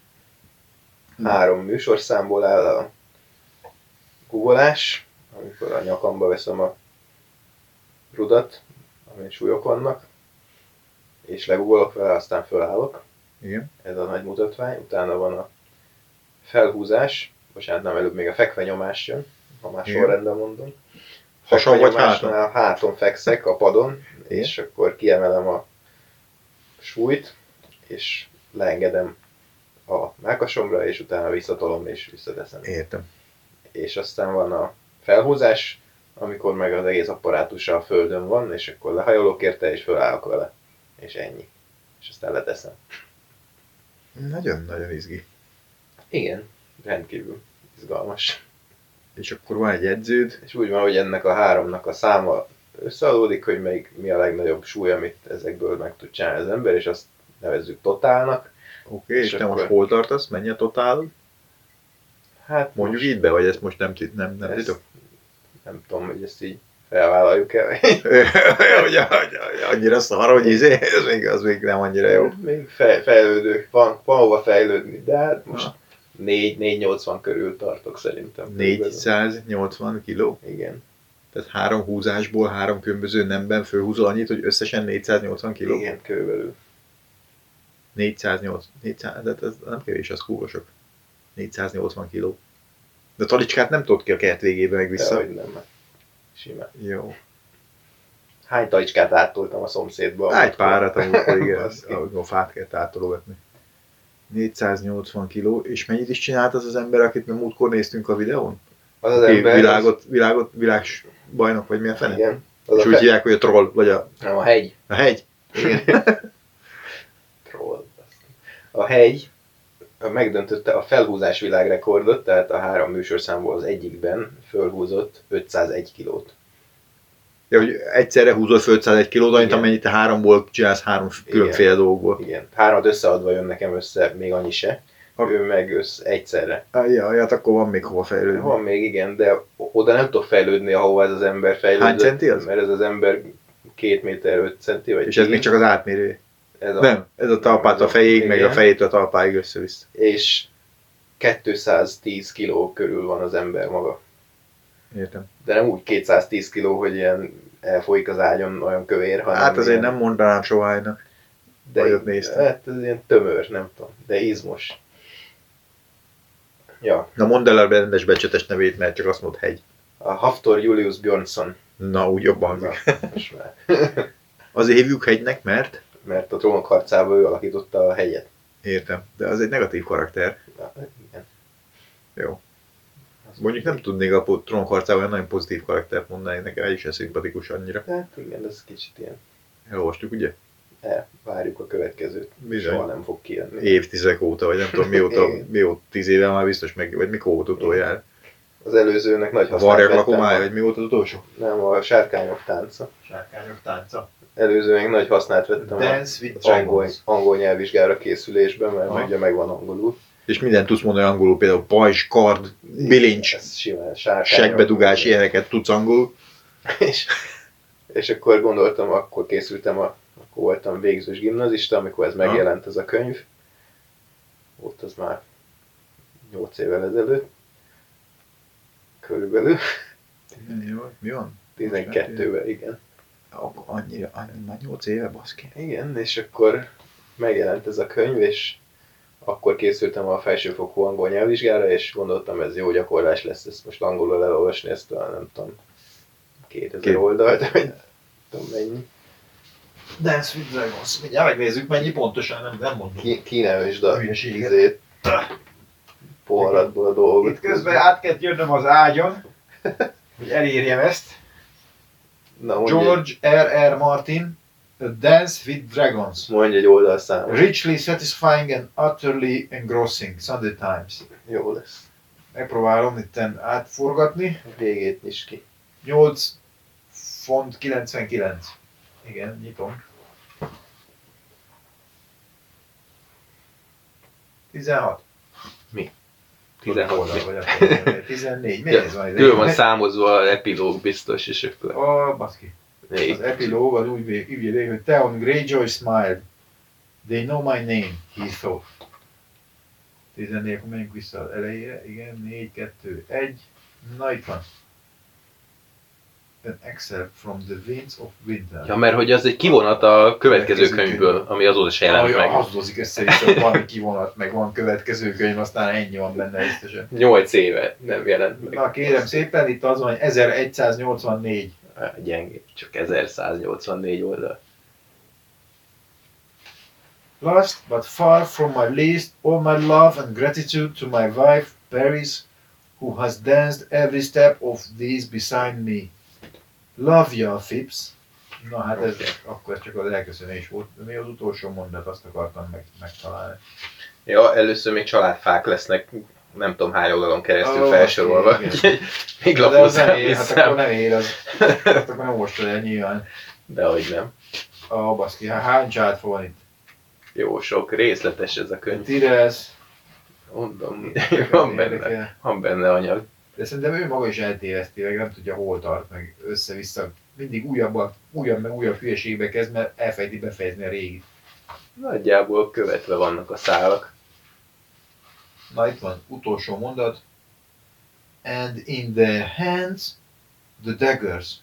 Három műsorszámból áll a googolás, amikor a nyakamba veszem a rudat, amin súlyok vannak, és legugolok vele, aztán fölállok.
Igen.
Ez a nagy mutatvány. Utána van a felhúzás, bocsánat, nem, előbb még a fekvenyomás jön, ha már
Igen.
sorrendben mondom.
Hason vagy
Fekvenyomásnál háton fekszek a padon,
Igen.
és akkor kiemelem a súlyt, és leengedem a mellkasomra, és utána visszatolom és visszateszem.
Értem.
És aztán van a felhúzás, amikor meg az egész apparátusa a földön van, és akkor lehajolok érte, és fölállok vele. És ennyi. És aztán leteszem.
Nagyon-nagyon izgi.
Igen, rendkívül izgalmas.
És akkor van egy edződ.
És úgy van, hogy ennek a háromnak a száma összeadódik, hogy még mi a legnagyobb súly, amit ezekből meg tud csinálni az ember, és azt nevezzük totálnak.
Oké, okay, és,
És
és te
akkor-
most hol tartasz? Mennyi a totál?
Hát
Mondjuk
most
így be, vagy ezt most nem, tit- nem, nem
ezt
titok?
nem tudom, hogy ezt így felvállaljuk-e.
hogy, hogy, hogy annyira szar, hogy izé, az még, az még nem annyira jó.
Még fej, fejlődő, van, van hova fejlődni, de hát most
Ha.
négy négyszáznyolcvan körül tartok szerintem.
négyszáznyolcvan kiló?
Igen.
Tehát három húzásból három különböző nemben fölhúzol annyit, hogy összesen négyszáznyolcvan kiló?
Igen, körülbelül.
négyszáznyolcvan, négyszáz, de ez nem kevés, az kurva sok. négyszáznyolcvan kiló. De a talicskát nem tudod ki a kert végébe meg vissza.
Dehogy nem, mert simán.
Jó.
Hány talicskát áttoltam a szomszédba?
Á, egy párat, amikor igen,
Baszki.
amikor fát kell átologatni. négyszáznyolcvan kiló, és mennyit is csinált az az ember, akit mi múltkor néztünk a videón?
Az az
Aki
ember...
világot, világot, világsbajnok, vagy mi a
Az,
fene?
igen. Az
És
a
úgy
fe...
hívják, hogy a troll, vagy a,
Nem, a hegy.
a hegy.
Igen. Troll. baszki. A hegy megdöntötte a felhúzás világrekordot, tehát a három műsorszámból az egyikben fölhúzott ötszázegy kilót.
Ja, hogy egyszerre húzol föl ötszázegy kilót, annyit,
Igen.
amennyit te háromból csinálsz három különféle dolgokból.
Igen. Háromat összeadva jön nekem össze, még annyi se.
Ha-
Ő meg össze egyszerre.
Jaj, hát akkor van még hova fejlődni.
Van még, igen, de oda nem tudok fejlődni, ahova ez az ember fejlődött.
Hány centi az?
Mert ez az ember két méter öt centi, vagy
És ez
tíz.
még csak az átmérő.
Ez a,
Nem, ez a talpát a fejéig, meg a
Igen.
fejétől a talpáig össze-vissza.
És kétszáztíz kiló körül van az ember maga.
Értem.
De nem úgy kétszáztíz kiló, hogy ilyen elfolyik az ágyon olyan kövér, hanem
Hát azért
ilyen,
nem mondanám sohánynak.
de
vagy ott néztem.
Hát ez ilyen tömör, nem tudom, de izmos. Ja,
Na mondd el a rendes becsetes nevét, mert csak azt mondod hegy.
a Hafthor Julius Björnsson.
Na, úgy jobban
Na,
hangzik.
most már.
Azért hívjuk hegynek, mert
Mert a trónok harcában ő alakította a hegyet.
Értem, de az egy negatív karakter.
Na, igen.
Jó. Mondjuk nem tudnék a po- Trónharcában nagyon pozitív karaktert mondani, nekem egy is szimpatikus annyira.
Hát igen, ez kicsit ilyen.
Elolvastuk, ugye?
E, várjuk a következőt.
Bizony.
Soha nem fog kijönni.
Évtizedek óta, vagy nem tudom mióta,
Igen.
mióta tíz éve már biztos meg, vagy mikor volt utoljára.
Az előzőnek nagy
A
hasznát
varjak
vettem.
lakomája, vagy mi volt az utolsó?
Nem, a sárkányok tánca.
Sárkányok tánca.
Előzőnek nagy hasznát vettem
Dance with
az angol,
Dragons.
angol nyelvvizsgára készülésben, mert
Aha.
ugye megvan angolul.
És mindent tudsz mondani angolul, például pajzs, kard, bilincs,
Ez simán sárkányok.
seggedugás, ilyeneket tudsz angolul.
És, és akkor gondoltam, akkor készültem, a, akkor voltam végzős gimnazista, amikor ez megjelent ez a könyv. Volt az már nyolc évvel ezelőtt. Körülbelül.
Mi van?
tizenkettővel, igen.
Akkor annyira, annyira, már nyolc éve, baszki.
Igen, és akkor megjelent ez a könyv, és akkor készültem a felsőfokú angol nyelvvizsgára, és gondoltam, ez jó gyakorlás lesz ezt most angolul elolvasni, ezt a nem tudom, kétezer
Két.
oldalt, vagy nem tudom mennyi.
Dance with Dragons. Mindjárt megnézzük, mennyi pontosan, nem, nem mondom.
Ki, ki nem is a
Hülyeséget.
izét, poharatból a dolgot.
Itt közben át kellett jönnöm az ágyon, hogy elérjem ezt.
Na, mondj, egy,
George R R. Martin, A Dance with Dragons.
mondj egy oldalszámot.
Richly satisfying and utterly engrossing. Sunday Times.
Jó lesz.
Megpróbálom itten átforgatni.
A végét nyis ki.
nyolc font kilencvenkilenc. Igen, nyitom. tizenhat.
tizenhat.
Oldal vagy akkor tizennégy. Miért ez van ide?
Külön van számozva az epilóg biztos, és akkor
Ó, baszki.
négy.
Az epilóg az úgy vé- úgy véli, hogy Theon Greyjoy smiled. They know my name, he thought. tizennégy, akkor menjünk vissza az elejére. Igen, négy, kettő, egy. Na itt van. An excerpt from the Winds of Winter.
Ja, mert hogy az egy kivonat a következő
Következő
könyvből, ami azóta se jelent
ah,
meg.
ja, az dozik össze-vissza, hogy van egy kivonat, meg van következő könyv, aztán ennyi van benne biztosan.
nyolc éve nem jelent meg.
Na kérem szépen, itt az van, hogy ezeregyszáznyolcvannégy.
Á, gyenge, csak ezerszáznyolcvannégy oldal.
Last but far from my least, all my love and gratitude to my wife, Paris, who has danced every step of these beside me. Love ya, Phipps. Na hát ez
Oké.
akkor csak az elköszönés volt. De mi az utolsó mondat, azt akartam meg, megtalálni.
Ja, először még családfák lesznek, nem tudom hány oldalon keresztül
Ó,
felsorolva.
igen.
Úgyhogy még
De az
lapozzál
nem ér, hát
vissza.
akkor nem ér az. Hát akkor nem olvastad el nyilván.
Dehogy nem.
A baszki, hát hány családfa van itt?
Jó, sok részletes ez a könyv.
Tires.
Mondom, van benne,
Érdekel.
van benne anyag.
De szerintem ő maga is eltéveszti, meg nem tudja hol tart, meg össze-vissza. Mindig újabb, újabb meg újabb hülyeségbe kezd, mert elfejti befejezni a régi.
Nagyjából követve vannak a szálak.
Na itt van, utolsó mondat. And in the hands, the daggers.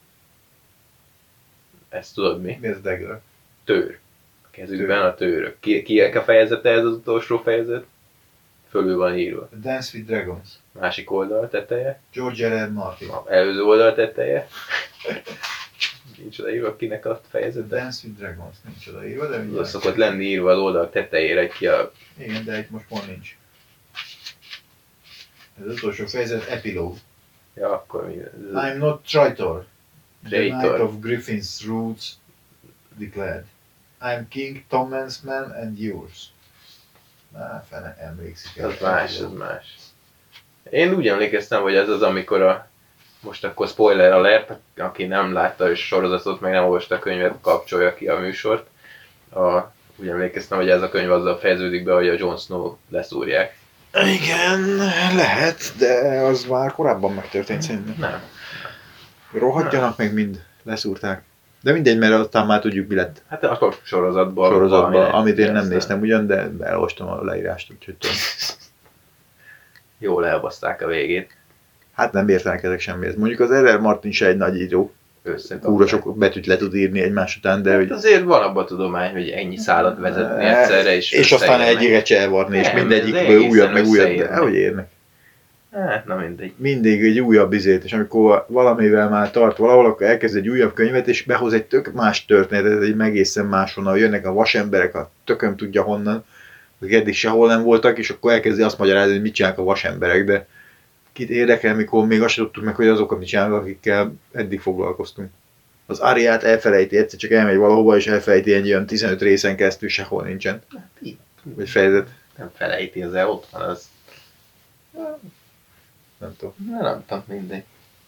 Ezt tudod mi?
Mi ez a dagger?
Tőr. A kezükben a tőrök. Ki, ki a fejezete ez az utolsó fejezet? Fölül van írva.
A Dance with Dragons.
Másik oldal teteje.
George R R. Martin.
A előző oldal teteje. Nincs odaírva kinek a
A
fejezete.
Dance with Dragons. Nincs odaírva, de
Az
mindjárt.
szokott lenni írva az oldal tetejére, ki a...
Igen, de itt most pont nincs. Ez az utolsó fejezet, epilóg.
Ja, akkor mi ez?
I'm not traitor. The
Traitor.
Knight of Griffin's roots declared. I'm King Tommen's man and yours. Na, fene emlékszik el.
Az más, az más. Én úgy emlékeztem, hogy ez az, amikor a... Most akkor spoiler alert, aki nem látta a sorozatot, meg nem olvasta a könyvet, kapcsolja ki a műsort. A, úgy emlékeztem, hogy ez a könyv azzal fejeződik be, hogy a Jon Snow leszúrják.
Igen, lehet, de az már korábban megtörtént szerintem.
Nem.
Rohadjanak meg mind, leszúrták. De mindegy, mert aztán már tudjuk mi lett
Hát akkor sorozatban.
sorozatban,
valami
amit én nem
aztán
néztem ugyan, de elolvastam a leírást, úgyhogy tudom.
Jól elbaszták a végét.
Hát nem értenek ezek semmihez. Mondjuk az R R. Martin se egy nagy író.
Összekapták.
Kúra sok betűt le tud írni egymás után, de
Hát
hogy...
azért van abban a tudomány, hogy ennyi szálat vezetni egyszerre, és
és aztán
összeérnek.
egyre cselvarni, és
Nem,
mindegyikből
ez egészen
újabb, meg újabb, de
összeérnek.
ahogy érnek.
Hát, na mindegy.
Mindig egy újabb izét, és amikor valamivel már tart valahol, akkor elkezd egy újabb könyvet, és behoz egy tök más történetet, egy egészen máshonnan, jönnek a vasemberek, a tököm tudja honnan, akik eddig sehol nem voltak, és akkor elkezdi azt magyarázni, hogy mit csinálnak a vasemberek, de kit érdekel, mikor még azt sem tudtuk meg, hogy azokat mit csinálnak, akikkel eddig foglalkoztunk. Az Ariát elfelejti, egyszer csak elmegy valahova, és elfelejti egy olyan tizenöt részen keresztül sehol nincsen. Vagy fejezet.
Nem felejti, az el ott van, az...
Nem tudom.
Nem, nem tudom, mindegy.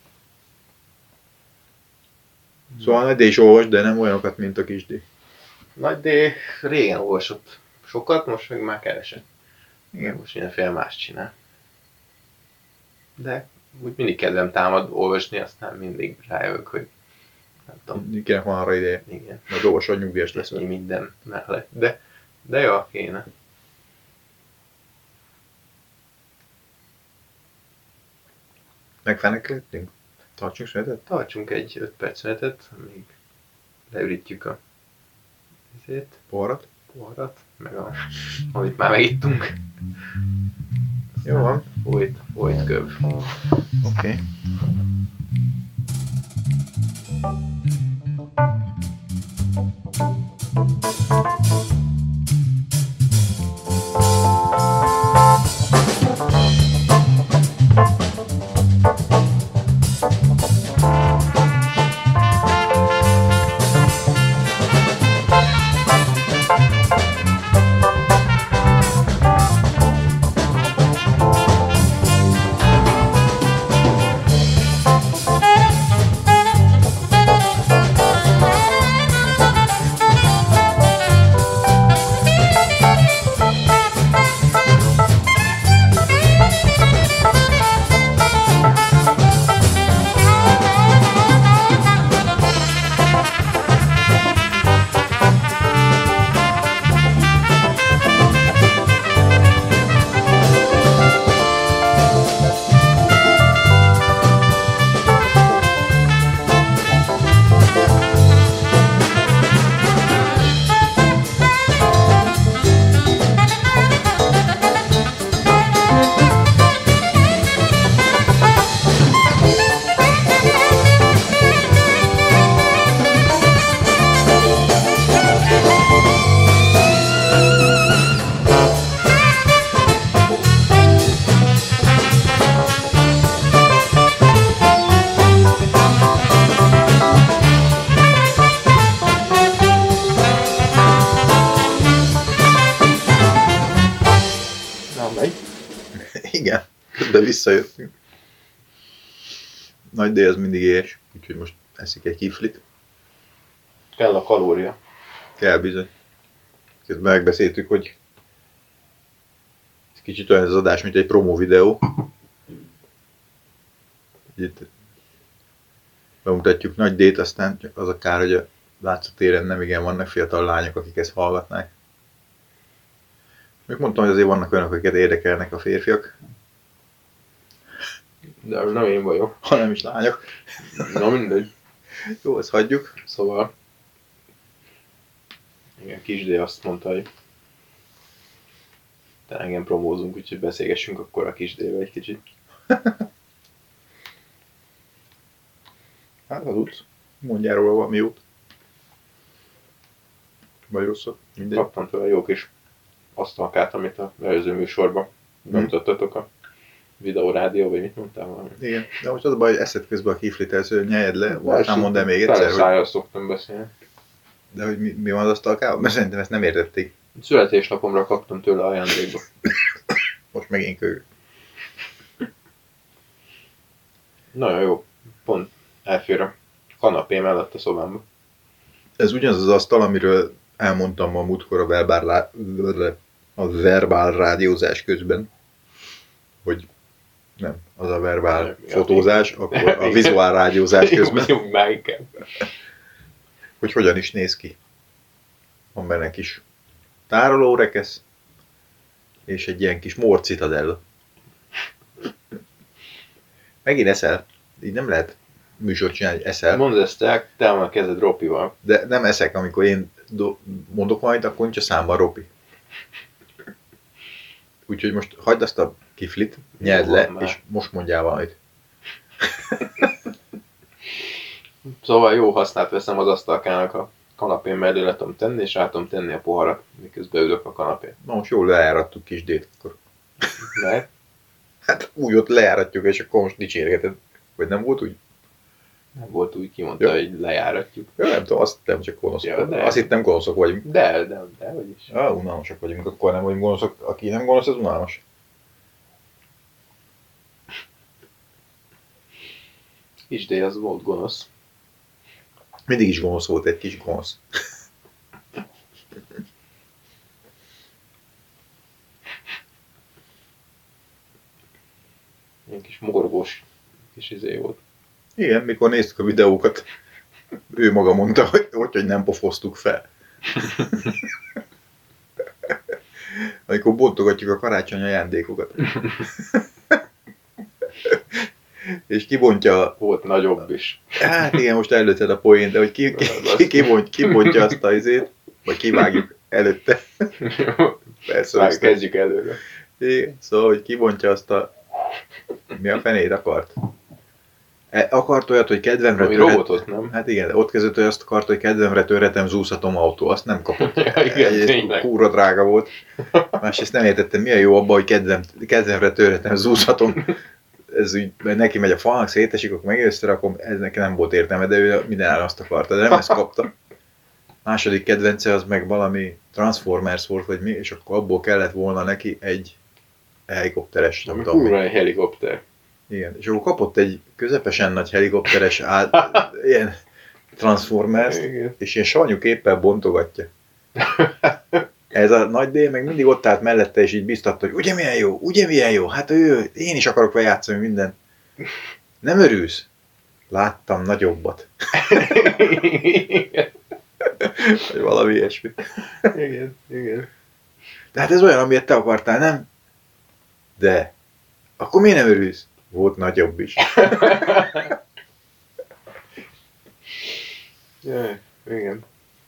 Szóval Nagy D is olvas, de nem olyanokat, mint a kis D.
Nagy D régen olvasott sokat, most meg már keresett. Igen, most mindenféle más csinál. De úgy mindig kedvem támad olvasni, aztán mindig rájövök, hogy nem tudom.
Kinek van arra ideje.
Igen.
Majd olvasod, nyugdíjas lesz.
Így minden mellett. De, de jó, kéne.
Megfeneklettünk? Tartsunk szünetet?
Tartsunk egy öt perc szünetet, amíg leürítjük a vizét,
Poharat?
poharat, meg a, amit már megittunk.
Jó van.
Folyt, folyt köv.
Oké. Okay. Igen, de visszajöttünk. Nagy D az mindig éhes, úgyhogy most eszik egy kiflit.
Kell a kalória.
Kell bizony. Közben megbeszéltük, hogy ez kicsit olyan az adás, mint egy promó videó. Itt bemutatjuk Nagy D-t, aztán csak az a kár, hogy a látszatéren nem igen vannak fiatal lányok, akik ezt hallgatnák. Még mondtam, hogy azért vannak olyanok, akiket érdekelnek a férfiak.
De az nem én vagyok.
Ha nem is lányok.
Na mindegy.
Jó, ezt hagyjuk.
Szóval... Igen, Kis D azt mondta, hogy te engem promózunk, úgyhogy beszélgessünk akkor a Kis D-vel egy kicsit.
Hát az út. Mondjál róla valami jót. Vagy rosszat. Mindegy.
Kaptam tőle jó kis asztalkát, amit a előző műsorban bemutattatok a videórádió, vagy mit mondtál valami?
Igen, de most az a baj, hogy eszed közben a kiflit, először nyered le, vagy nem mondd el még egyszer,
hogy...
hogy...
szoktam beszélni.
De hogy mi, mi van az asztalkában? Mert szerintem ezt nem értették.
Születésnapomra kaptam tőle ajándékba.
Most megint kölyök.
Nagyon jó, pont elfér a kanapé mellett a szobámba.
Ez ugyanaz az asztal, amiről elmondtam a múltkor a verbál, a verbál rádiózás közben, hogy nem, az a verbál
nem,
fotózás, ja, akkor a vizuál rádiózás közben.
Jó, meg
hogy hogyan is néz ki. Van benne kis tárolórekesz, és egy ilyen kis Mord Citadel. Megint eszel. Így nem lehet műsort csinálni, hogy eszel.
Mondd ezt el, te van a kezed Ropival.
De nem eszek, amikor én do- mondok valamit, akkor nincs a számban Ropi. Úgyhogy most hagyd azt a kiflit, nyeld le,
már.
és most mondjál valamit.
Szóval jó hasznát veszem az asztalkának a kanapén mellé le tudom tenni, és rá tudom tenni a poharat, miközben ülök a kanapén.
Na most jól lejárattuk kis dét, akkor.
Mert
Hát úgy ott lejáratjuk, és akkor most dicsérgeted. Vagy nem volt úgy?
nem volt úgy, kimondta,
Ja.
hogy lejáratjuk.
Ja, nem tudom, azt nem csak gonoszok.
Ja,
Ja,
de-
azt hittem gonoszok vagyunk.
De, de, de, hogy is.
Ah, unalmasak vagyunk, akkor nem vagyunk gonoszok. Aki nem gonosz, az unalmas.
Kisdé az volt gonosz.
Mindig is gonosz volt egy kis gonosz.
Ilyen kis morgós kis izé volt.
Igen, mikor néztük a videókat, ő maga mondta, hogy, hogy, hogy nem pofoztuk fel. Amikor bontogatjuk a karácsony ajándékokat. És kibontja,
Volt nagyobb is.
hát igen, most előtted a poén, de hogy ki, ki, ki, kibont, kibontja azt a izét, vagy kivágjuk előtte. Persze,
Már
azt nem.
kezdjük előre.
Igen, szóval, hogy kibontja azt a... Mi a fenét akart? E, akart olyat, hogy kedvemre
Ami
töret...
robotot, nem?
Hát igen, de ott kezdett, hogy azt akart, hogy kedvemre törhetem, zúzhatom autó. Azt nem kapott.
Ja, igen,
Egyrészt
tényleg.
kúra drága volt. Másrészt nem értettem, milyen jó abban, hogy kedvem, kedvemre törhetem, zúzhatom. Ez úgy, mert neki megy a falnak, szétesik, akkor meg összerakom, ez neki nem volt értelme, de ő mindenáron azt akarta, de nem ezt kapta. Második kedvence az meg valami Transformers volt, vagy mi, és akkor abból kellett volna neki egy helikopteres, nem
Ami
tudom mi.
kurva egy helikopter.
Igen, és akkor kapott egy közepesen nagy helikopteres át, ilyen Transformers,
Igen.
és ilyen savanyú képpel bontogatja. Ez a nagy D meg mindig ott állt mellette, és így biztatta, hogy ugye milyen jó, ugye milyen jó, hát ő, én is akarok vele játszani minden. Nem örülsz? Láttam nagyobbat. Vagy valami ilyesmi.
Igen, igen.
De hát ez olyan, amilyet te akartál, nem? De. Akkor miért nem örülsz? Volt nagyobb is.
Jaj, igen.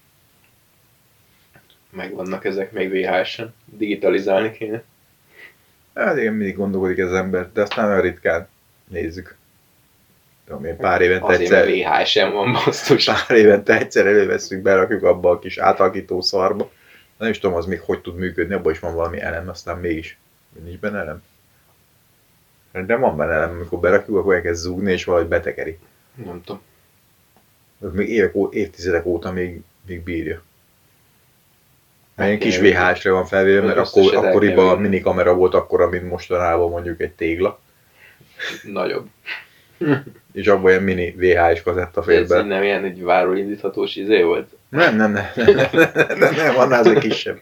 Megvannak ezek még vé há es-en. Digitalizálni kéne.
Hát igen, mindig gondolkodik ez az ember, de aztán olyan ritkán nézzük. Tudom én, pár évente
Azért, mert
egyszer,
vé há es-en van basszus.
pár évente egyszer elővesszük, berakjuk abba a kis átalakító szarba. Nem is tudom, az még hogy tud működni, abban is van valami elem, aztán mégis. Nincs benne elem? De van benne elem, amikor berakjuk, akkor elkezd zúgni, és valahogy betekeri.
Nem tudom.
Az még évek, ó- évtizedek óta még, még bírja. Mert ilyen kis
kéne
vé há es-re van felvéve, mert
Összeset
akkor,
el kell
akkoriban a
vinni.
minikamera volt akkora, mint mostanában mondjuk egy tégla.
Nagyobb.
És abban ilyen mini vé há es kazetta fér
Ez
be.
így nem ilyen egy váróindíthatós izé volt?
Nem, nem, nem, nem, nem, nem, nem, nem, annál azért kisebb.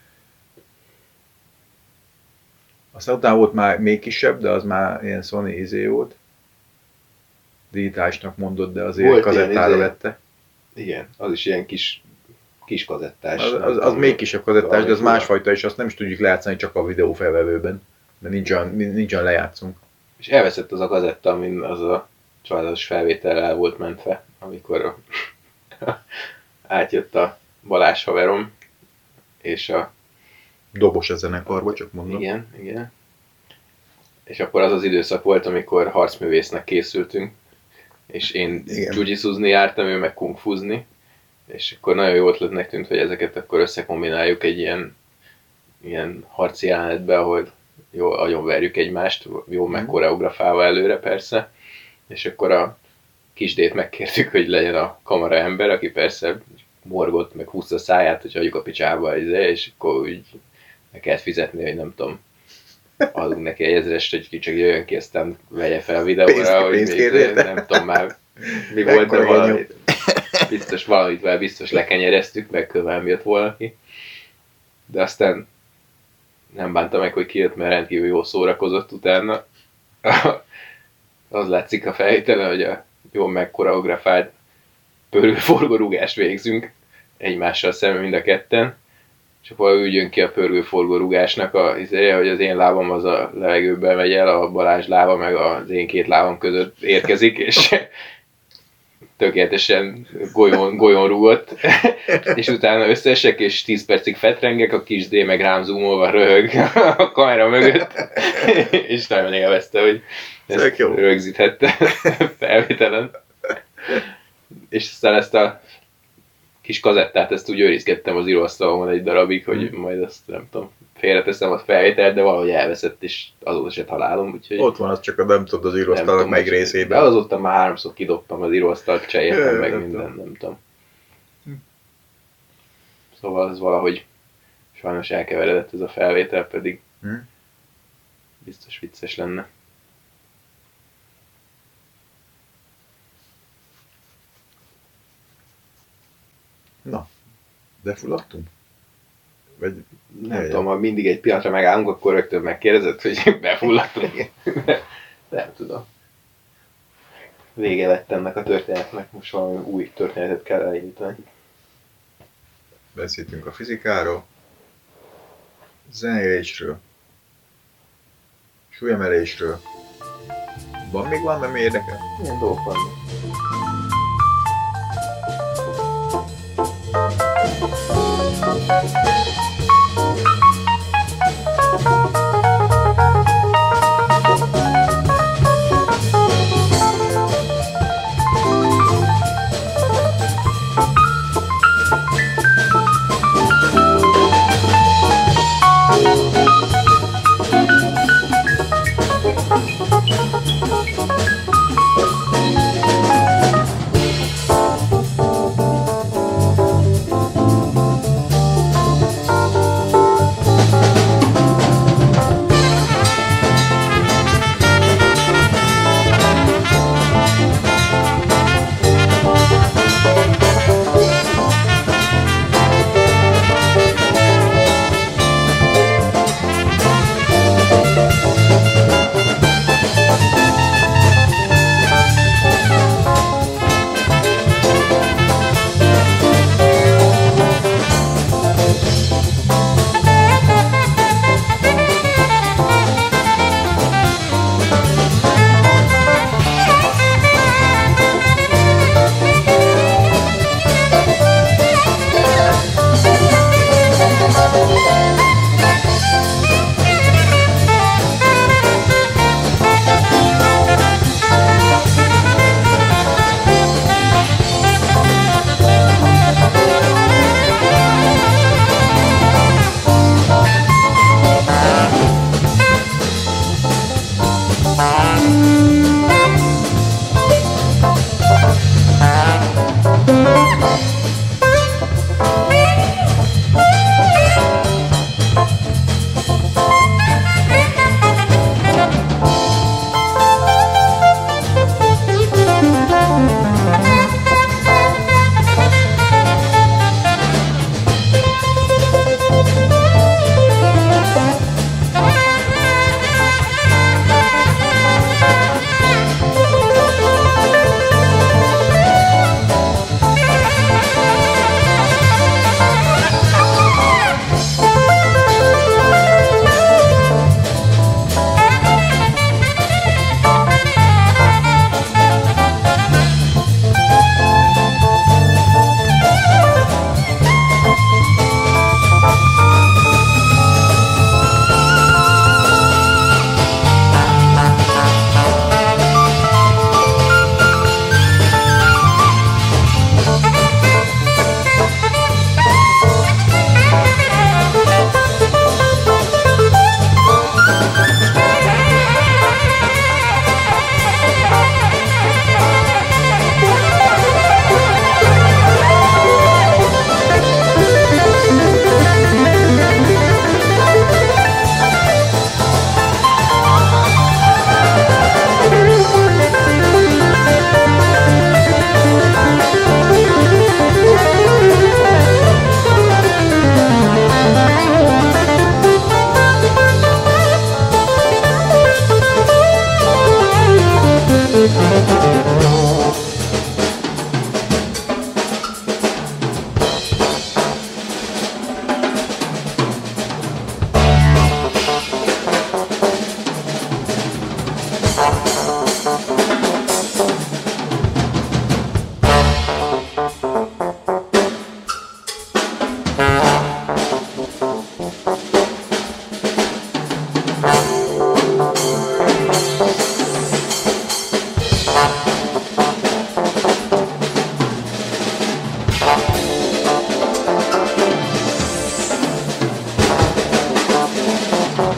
Aztán utána volt már még kisebb, de az már ilyen Sony izé volt. Digitálisnak mondott, de azért
Volt
kazettára
ilyen izé.
vette.
Igen, az is ilyen kis, kis kazettás.
Az,
nem
az, az
tudom,
még kisebb kazettás, de az
valami
másfajta, és azt nem is tudjuk lejátszani csak a videófelvevőben. Mert nincs olyan, nincs olyan lejátszunk.
És elveszett az a kazetta, amin az a családos felvétel el volt mentve, amikor a átjött a Balázs haverom, és a...
Dobos a zenekarba, csak mondom.
Igen, igen. És akkor az az időszak volt, amikor harcművésznek készültünk, és én
Igen.
jujitsuzni jártam, ő meg kungfuzni, és akkor nagyon jó ötletnek tűnt, hogy ezeket akkor összekombináljuk egy ilyen, ilyen harci jelenetbe, ahol jól agyonverjük egymást, jó meg
Mhm.
koreografálva előre persze, és akkor a kisdét megkértük, hogy legyen a kamera ember, aki persze morgott, meg húzta a száját, hogy hagyjuk a picsába, és akkor úgy meg kellett fizetni, hogy nem tudom, adunk neki egy ezrest, hogy csak jöjjön ki, aztán vegye fel a videóra,
Pénzt-
hogy
pénzt
még,
kér érte?
nem tudom már mi volt, de
Mekkora
valami, biztos valamit már biztos lekenyereztük, meg kövel jött volna ki. De aztán nem bánta meg, hogy kijött, mert rendkívül jól szórakozott utána. Az látszik a felvételen, hogy a jól megkoreografált pörgőforgó rúgást végzünk egymással szemben mind a ketten. És akkor úgy jön ki a pörgőforgó rúgásnak a izéje, hogy az én lábam az a levegőben megy el, a Balázs lába meg az én két lábam között érkezik, és tökéletesen golyón, golyón rúgott, és utána összeesek, és tíz percig fetrengek, a kis D meg rám zoomolva röhög a kamera mögött, és nagyon élvezte, hogy
Tök
ezt
jó.
rögzíthette felvételen. És aztán ezt a kis kazettát, ezt úgy őrizgettem az íróasztalon egy darabig, hogy
Hmm.
majd azt nem tudom, félreteszem a felvételt, de valahogy elveszett, és azóta se találom, úgyhogy
Ott van, az csak a nem tudod az
nem
íróasztalnak
tudom,
melyik
hogy-
részében.
De azóta már háromszor kidobtam az íróasztalt, cseréltem
Jö,
meg
nem
minden,
tudom.
nem tudom.
Hm.
Szóval az valahogy sajnos elkeveredett ez a felvétel, pedig
Hm?
biztos vicces lenne.
Na, defulladtunk? Vagy
Nem
Jaj,
tudom, ha mindig egy pillanatra megállunk, akkor rögtön megkérdezed, hogy befulladtunk. Nem tudom. Vége lett ennek a történetnek, most valami új történetet kell elindítani.
beszéltünk a fizikáról, zenélésről, súlyemelésről. Van még valami, ami érdekel?
Milyen dolgok vannak?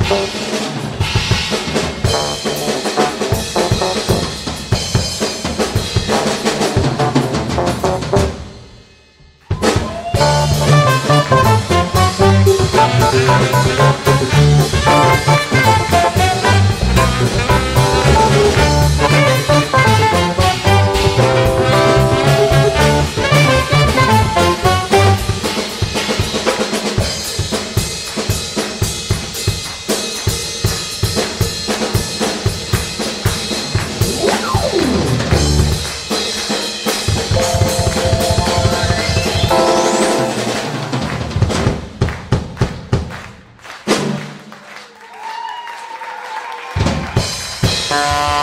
Bye.